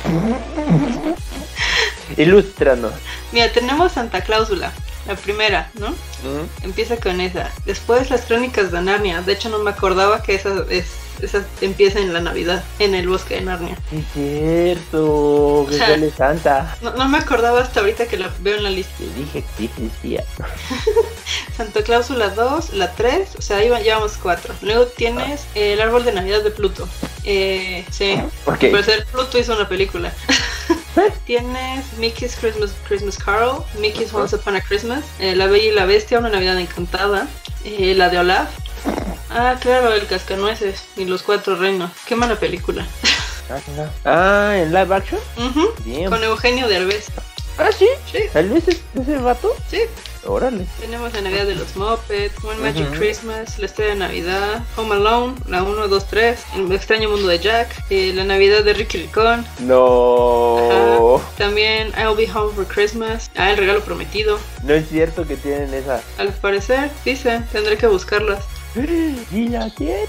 Ilústranos. Mira, tenemos Santa Cláusula, la primera, ¿no? Uh-huh. Empieza con esa. Después las Crónicas de Narnia. De hecho no me acordaba que esa es esa empieza en la Navidad, en el bosque de Narnia. Es cierto, que sale Santa. No, no me acordaba hasta ahorita que la veo en la lista. Te dije que existía. Santa Cláusula dos, la tres, o sea, ahí llevamos cuatro. Luego tienes ah. el árbol de Navidad de Pluto. Eh, sí, okay. Pero ser Pluto hizo una película. Tienes Mickey's Christmas, Christmas Carol, Mickey's Once Upon a Christmas, eh, La Bella y la Bestia, Una Navidad Encantada, eh, la de Olaf. Ah, claro, El Cascanueces y Los Cuatro Reinos. Qué mala película. Ah, ¿en live action? Uh-huh. Bien. Con Eugenio Derbez. Ah, ¿sí? Sí. ¿Tal vez es ese vato? Sí. Órale. Tenemos La Navidad de los Muppets, One Magic Uh-huh. Christmas, La Estrella de Navidad, Home Alone, la uno, dos, tres, El Extraño Mundo de Jack, eh, La Navidad de Ricky Ricón. No. Ajá. También I'll Be Home for Christmas. Ah, El Regalo Prometido. No es cierto que tienen esa. Al parecer, dicen, tendré que buscarlas. ¡Y la tienen!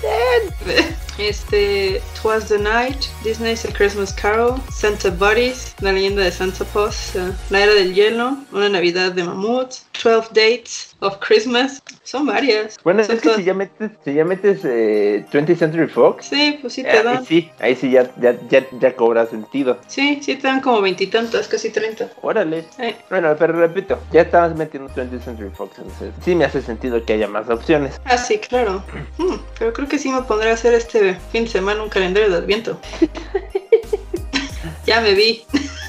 Este, Twas the Night, Disney's A Christmas Carol, Santa Buddies, La Leyenda de Santa Claus, uh, La Era del Hielo, Una Navidad de Mamuts, twelve Dates of Christmas. Son varias. Bueno, Son es que todas- si ya metes, si ya metes eh, twentieth Century Fox, Sí, pues sí te ahí dan. sí, ahí sí ya, ya, ya, ya cobra sentido. Sí, sí te dan como veintitantas, casi treinta. Órale. Eh, Bueno, pero repito, ya estabas metiendo twentieth Century Fox, entonces sí me hace sentido que haya más opciones. Ah, sí, claro. Hmm, pero creo que sí me pondré a hacer este fin de semana un calendario de Adviento. Ya me vi.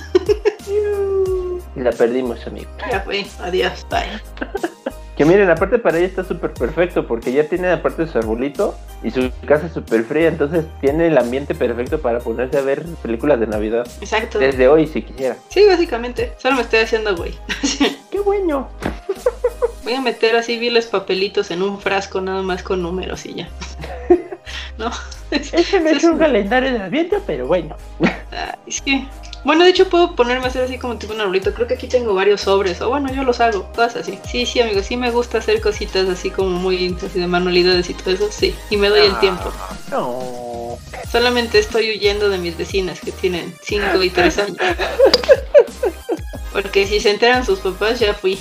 Y la perdimos, amigo. Ya fue. Adiós. Bye. Que miren, aparte para ella está súper perfecto porque ya tiene aparte su arbolito y su casa súper fría, entonces tiene el ambiente perfecto para ponerse a ver películas de Navidad. Exacto. Desde hoy, si quisiera. Sí, básicamente. Solo me estoy haciendo güey. ¡Qué bueno! Voy a meter así viles papelitos en un frasco nada más con números y ya. No. Ese no es un calendario de Adviento, pero bueno. Ah, es que... Bueno, de hecho puedo ponerme a hacer así como tipo un arbolito. Creo que aquí tengo varios sobres. O bueno, yo los hago. Todas así. Sí, sí, amigos. Sí me gusta hacer cositas así como muy así de manualidades y todo eso. Sí. Y me doy el tiempo. No. Solamente estoy huyendo de mis vecinas que tienen cinco y tres años. Porque si se enteran sus papás, ya fui.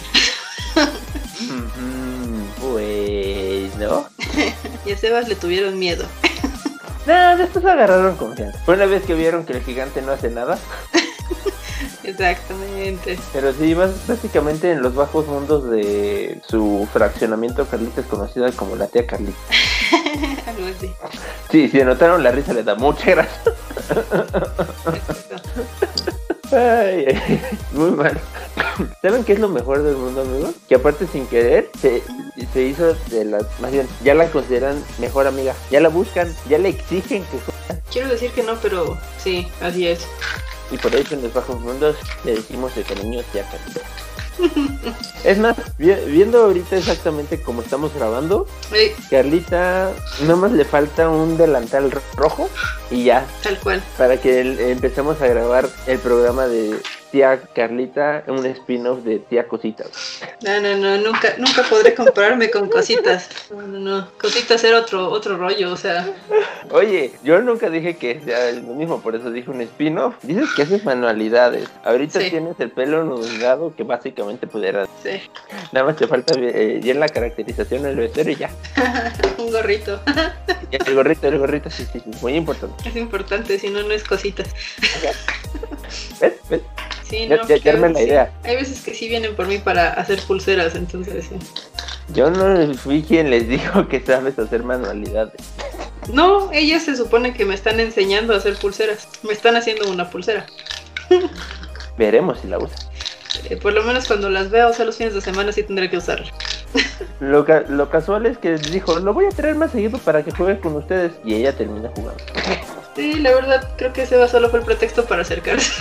Bueno. Y a Sebas le tuvieron miedo. No, después agarraron confianza. Fue una vez que vieron que el gigante no hace nada. Exactamente. Pero sí, bás- básicamente en los bajos mundos de su fraccionamiento, Carlita es conocida como la tía Carlita. Algo así. Sí, si notaron la risa le da mucha gracia. Exacto. Ay, ay, muy mal. ¿Saben qué es lo mejor del mundo, amigos? Que aparte sin querer se, se hizo de las... Más bien, ya la consideran mejor amiga. Ya la buscan, ya le exigen que juegue. Quiero decir que no, pero sí, así es. Y por eso en los bajos mundos le decimos de cariño tía Carlita. Es más, vi- viendo ahorita exactamente como estamos grabando, Ey, Carlita nomás le falta un delantal ro- rojo y ya, tal cual. para que el- empecemos a grabar el programa de tía Carlita, un spin-off de tía Cositas. No, no, no, nunca, nunca podré compararme con cositas. No, no, no. Cositas era otro, otro rollo, o sea. Oye, yo nunca dije que sea lo mismo, por eso dije un spin-off. Dices que haces manualidades. Ahorita Sí. tienes el pelo nudado que básicamente pudiera. Sí. Nada más te falta eh, ya en la caracterización el vestuario y ya. Un gorrito. Y el gorrito, el gorrito, sí, sí, sí, muy importante. Es importante, si no, no es cositas. ¿Ves? ¿Ves? Sí, Ya- no. ya- ya porque armé la sí. idea. Hay veces que sí vienen por mí para hacer pulseras, entonces sí. Yo no fui quien les dijo que sabes hacer manualidades. No, ellas se supone que me están enseñando a hacer pulseras. Me están haciendo una pulsera. Veremos si la usa. Eh, por lo menos cuando las vea, o sea, los fines de semana sí tendré que usarla. Lo, ca- lo casual es que dijo, lo voy a traer más seguido para que juegue con ustedes. Y ella termina jugando. Sí, la verdad, creo que Seba solo fue el pretexto para acercarse.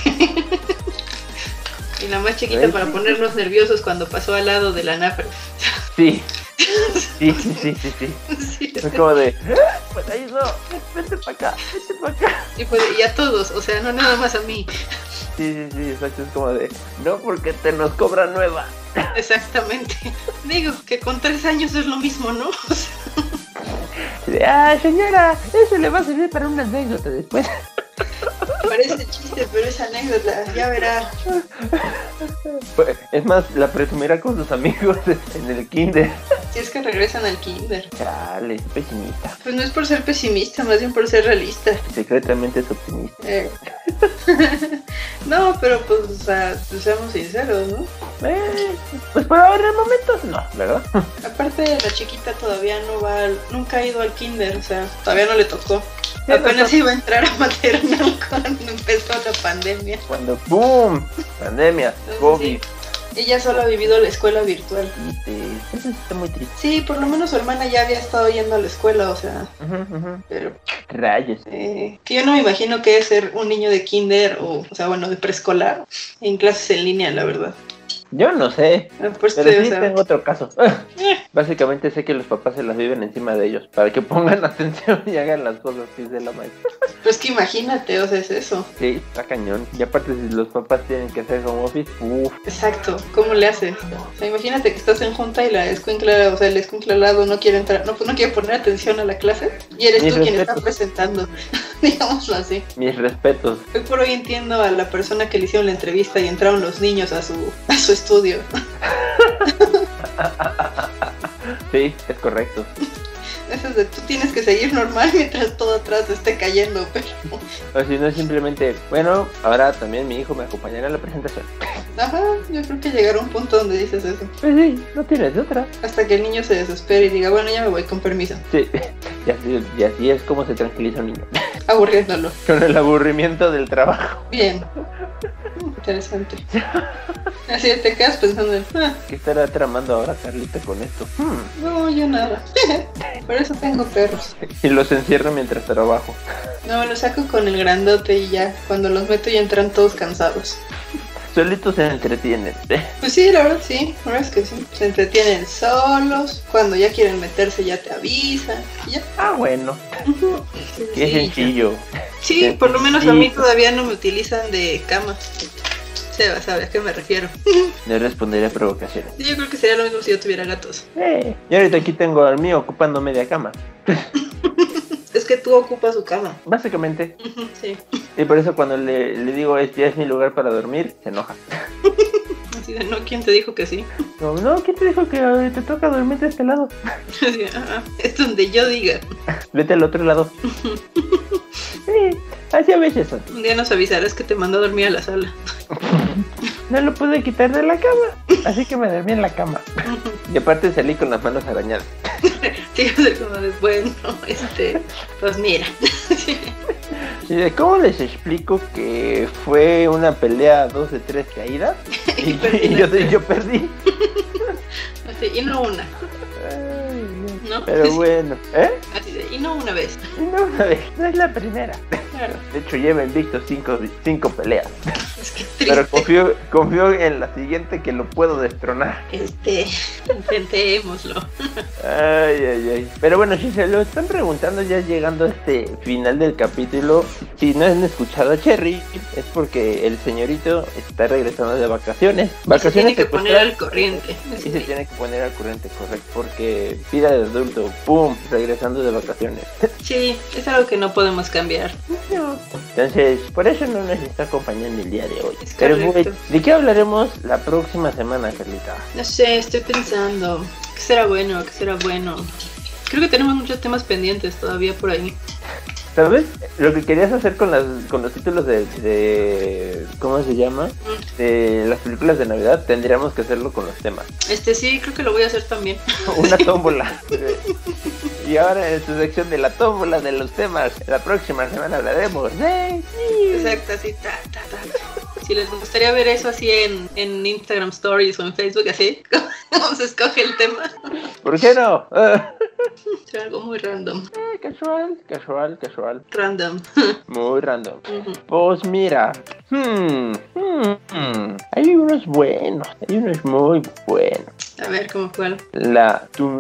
Y la más chiquita Ay, para sí. ponernos nerviosos cuando pasó al lado de la Nafre. Sí. Sí, sí, sí, sí, sí. Sí, Es como de, "Ah, pues ahí no, vete para acá, vete para acá. y, pues, y a todos, o sea, no nada más a mí. Sí, sí, sí, exacto. Es como de, no, porque te nos cobra nueva. Exactamente. Digo que con tres años es lo mismo, ¿no? O sea, De, ah, señora, eso le va a servir para una anécdota después. parece chiste, pero es anécdota, ya verá. Es más, la presumirá con sus amigos en el kinder. Si es que regresan al kinder. Chale, es pesimista. Pues no es por ser pesimista, más bien por ser realista. Secretamente es optimista. Eh. No, pero pues, o sea, pues, seamos sinceros, ¿no? Eh, pues por ahora en momentos no, ¿verdad? Aparte, la chiquita todavía no va, al- nunca ha ido al kinder, o sea, todavía no le tocó. Apenas iba a entrar a maternal cuando empezó la pandemia. Cuando ¡boom! Pandemia, Entonces, COVID. sí. Ella solo ha vivido la escuela virtual. Y eso está muy triste. Sí, por lo menos su hermana ya había estado yendo a la escuela, o sea, Ujú, ujú. pero Rayos. eh, yo no me imagino que es ser un niño de kinder o, o sea, bueno, de preescolar en clases en línea, la verdad. Yo no sé, Pues, pero o sí sea, tengo otro caso. eh, Básicamente sé que los papás se las viven encima de ellos para que pongan atención y hagan las cosas que dice la maestra. pues que imagínate, o sea, es eso. Sí, está cañón. Y aparte si los papás tienen que hacer home office, uff. Exacto, ¿cómo le haces? O sea, imagínate que estás en junta y la escuincla, o sea, el escuincla al lado no quiere entrar, no, no quiere poner atención a la clase y eres Mis tú quien está respetos. presentando, digámoslo así. Mis respetos. Hoy por hoy entiendo a la persona que le hicieron la entrevista y entraron los niños a su, a su estudio. Sí, es correcto. Eso es de tú tienes que seguir normal mientras todo atrás esté cayendo, pero O si no, simplemente, bueno, ahora también mi hijo me acompañará a la presentación. ajá, yo creo que llegará un punto donde dices eso. Pues sí, no tienes de otra. Hasta que el niño se desespere y diga, bueno, ya me voy con permiso, Sí, y así, y así es como se tranquiliza un niño. aburriéndolo. Con el aburrimiento del trabajo. Bien. Interesante. Así te quedas pensando en, ah, ¿Qué estará tramando ahora Carlita con esto? Hmm. no, yo nada. Por eso tengo perros. Y los encierro mientras trabajo. No, los saco con el grandote y ya, cuando los meto ya entran todos cansados. Solitos se entretienen. Pues sí, la verdad sí, la verdad es que sí. Se entretienen solos, cuando ya quieren meterse ya te avisan. Y ya. Ah, bueno. Qué Sí, sencillo. Sí, por lo menos a mí Sí. todavía no me utilizan de cama. Seba sabe a qué me refiero. Le responderé a provocaciones. Yo creo que sería lo mismo si yo tuviera gatos. Eh, y ahorita aquí tengo al mío ocupando media cama. Es que tú ocupas su cama. Básicamente. Ujú, sí. Y por eso cuando le, le digo este es mi lugar para dormir, se enoja. Así de, no, ¿quién te dijo que sí? No, no, ¿quién te dijo que eh, te toca dormir de este lado? Así, ajá, es donde yo diga. Vete al otro lado. Sí, así a veces son. Un día nos avisarás que te mandó a dormir a la sala. No lo pude quitar de la cama, así que me dormí en la cama. Y aparte salí con las manos arañadas. Sí, o sea, como de, bueno, este, pues mira. Y de cómo les explico que fue una pelea dos de tres caídas y, y yo, y yo perdí. Así, y no una, Ay, ¿no? pero Sí. bueno, ¿eh? Así de, y no una vez. Y no una vez, no es la primera. Claro, De hecho lleva invicto cinco, cinco peleas. es que Pero triste. confío, confío en la siguiente que lo puedo destronar. Este, intentémoslo. Ay, ay, ay. Pero bueno, si se lo están preguntando ya llegando a este final del capítulo, si no han escuchado a Cherry, es porque el señorito está regresando de vacaciones. Y se Vacaciones tiene que poner secuestradas. al corriente. Y se tiene que poner al corriente, correcto, porque vida de adulto, pum, regresando de vacaciones. Sí, es algo que no podemos cambiar. Entonces, por eso no nos está acompañando el día de hoy. Es Pero correcto. bueno, ¿de qué hablaremos la próxima semana, Carlita? No sé, estoy pensando, ¿qué será bueno? ¿Qué será bueno? Creo que tenemos muchos temas pendientes todavía por ahí. ¿Sabes? Lo que querías hacer con las con los títulos de, de ¿cómo se llama? De las películas de Navidad, tendríamos que hacerlo con los temas. Este sí, creo que lo voy a hacer también. Una tómbola. Y ahora en su sección de la tómbola de los temas, la próxima semana hablaremos de... Exacto, así, ta, ta, ta. Si les gustaría ver eso así en, en Instagram Stories o en Facebook, así, ¿cómo se escoge el tema? ¿Por qué no? Será algo muy random. Eh, casual, casual, casual. Random. Muy random. Ujú. Pues mira, hmm, hmm, hmm, hay unos buenos, hay unos muy buenos. A ver, ¿cómo cuál? La, tu,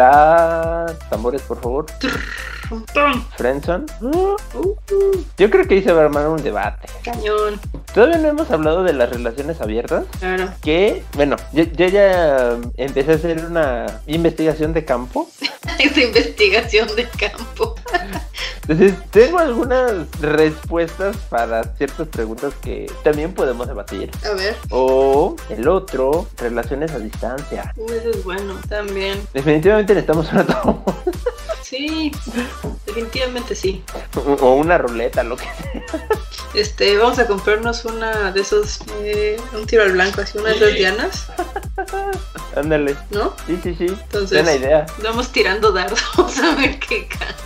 la, tambores por favor, Pum, pum. Friendzone. Uh, Uh, uh, Yo creo que ahí se va a armar un debate. cañón. Todavía no hemos hablado de las relaciones abiertas. Claro. Que, bueno, yo, yo ya empecé a hacer una investigación de campo. Esa investigación de campo. Entonces, tengo algunas respuestas para ciertas preguntas que también podemos debatir. A ver. O el otro, relaciones a distancia. Uh, eso es bueno. También. Definitivamente necesitamos una toma. Sí. Definitivamente sí. O una ruleta, lo que sea. Este, vamos a comprarnos una de esos, eh, un tiro al blanco, así, una de esas dianas, Ándale. ¿no? Sí, sí, sí. Entonces, Buena idea. vamos tirando dardos a ver qué cae.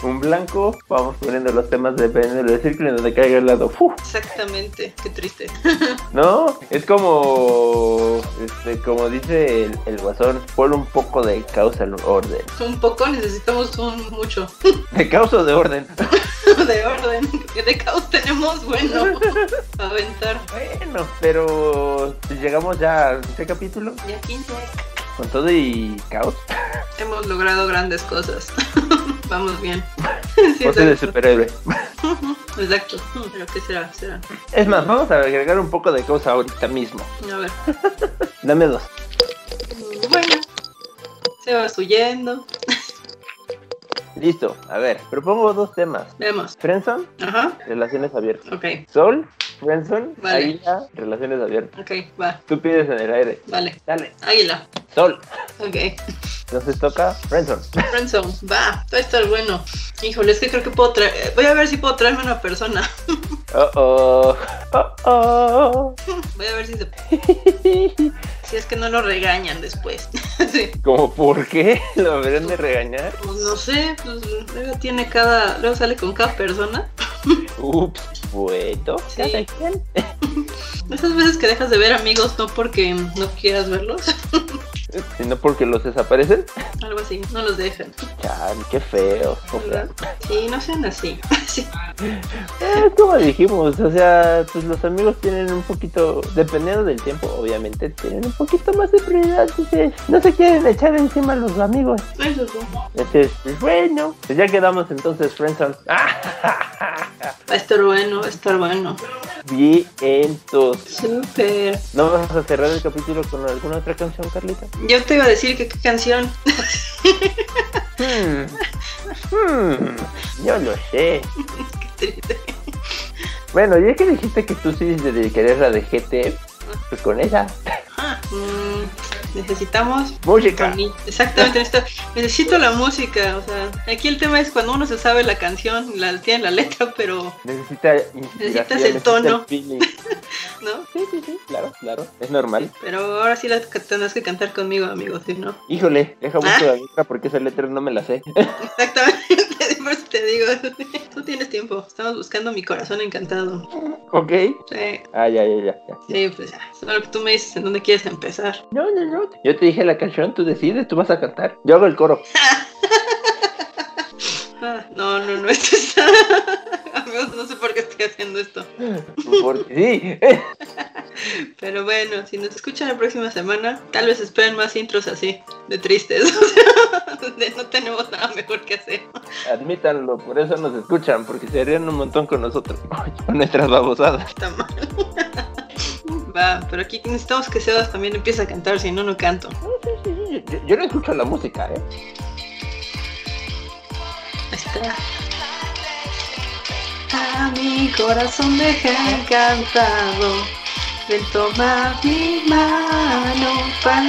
un blanco, vamos poniendo los temas dependiendo del círculo en donde caiga el lado. ¡Fu! Exactamente, qué triste. ¿No? Es como, este, como dice el, el guasón, ponle un poco de caos al orden. Un poco, necesitamos un mucho. ¿De caos o de orden? De orden, que de caos tenemos, bueno, a aventar. Bueno, pero si llegamos ya a este capítulo, Ya quince. con todo y caos, Hemos logrado grandes cosas. Vamos bien. Sí, pose de exacto. superhéroe. Exacto. Pero ¿qué será? será? Es más, vamos a agregar un poco de caos ahorita mismo. A ver. Dame dos. Bueno. Se va huyendo. Listo, a ver, propongo dos temas. Veamos. Friendzone, Ajá. relaciones abiertas. Ok. Sol, Friendzone, Vale. Águila, relaciones abiertas. Ok, va. Tú pides en el aire. Vale. Dale. Águila. Sol. Ok. Entonces toca Friendzone. Friendzone. Va. Va a estar bueno. Híjole, es que creo que puedo traer. Voy a ver si puedo traerme una persona. Oh oh. Oh oh. Voy a ver si se. Si es que no lo regañan después. Sí. ¿Cómo por qué? ¿Lo deberían de regañar? Pues no sé, pues luego tiene cada, luego sale con cada persona. Ups, bueno. Sí. Cada quien. Esas veces que dejas de ver amigos no porque no quieras verlos, Sino porque los desaparecen. algo así, no los dejan. Chale, qué feo. O sea, ¿Verdad? Sí, no sean así. Sí. es como dijimos, o sea, pues los amigos tienen un poquito, dependiendo del tiempo, obviamente, tienen un poquito más de prioridad. Entonces, no se quieren echar encima a los amigos. Eso sí. Entonces, pues bueno, pues ya quedamos entonces, Friendzone. Va a estar bueno, va a estar bueno. Bien, entonces. Súper. ¿No vas a cerrar el capítulo con alguna otra canción, Carlita? Yo te iba a decir que qué canción. Hmm. Hmm. Yo lo sé. Qué triste. Bueno, ya que dijiste que tú sí dedicarías la de G T, pues con esa. Ah, mm, necesitamos Música. Boni- Exactamente, necesito, necesito la música. O sea, aquí el tema es cuando uno se sabe la canción, la tiene la letra, pero Necesita Necesitas inspiración, el tono. necesita el feeling. no. Sí, sí, sí, claro, claro, es normal. Pero ahora sí la ca- tendrás que cantar conmigo, amigo, ¿sí, no? Híjole, deja mucho Ah. la letra porque esa letra no me la sé. Exactamente, por eso te digo. Tú tienes tiempo. Estamos buscando mi corazón encantado. ¿Ok? Sí, Ah, ya, ya, ya, ya. sí, pues ya. Solo que tú me dices en dónde quieres empezar. No, no, no. Yo te dije la canción, tú decides, tú vas a cantar. Yo hago el coro. Ah, no, no, no, esto es... Amigos, no sé por qué estoy haciendo esto. Porque sí. Pero bueno, si nos escuchan la próxima semana, tal vez esperen más intros así, de tristes. De no tenemos nada mejor que hacer. Admítanlo, por eso nos escuchan, porque se ríen un montón con nosotros. Con nuestras babosadas. Está mal. Va, pero aquí necesitamos que Sebas también empiece a cantar, si no, no canto. Sí, sí, sí. Yo, yo no escucho la música, ¿eh? Ahí está. A mi corazón deja encantado. Ven, toma mi mano para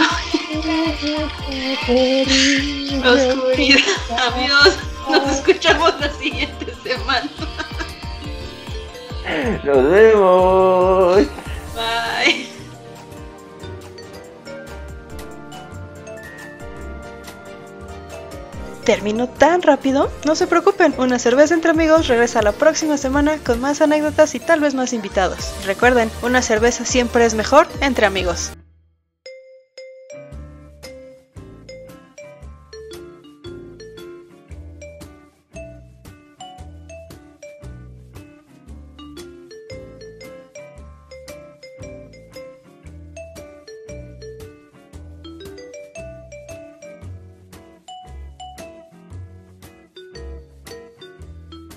oscuridad. Amigos, nos escuchamos la siguiente semana. Nos vemos. Bye. ¿Terminó tan rápido? No se preocupen, Una Cerveza Entre Amigos regresa la próxima semana con más anécdotas y tal vez más invitados. Recuerden, una cerveza siempre es mejor entre amigos.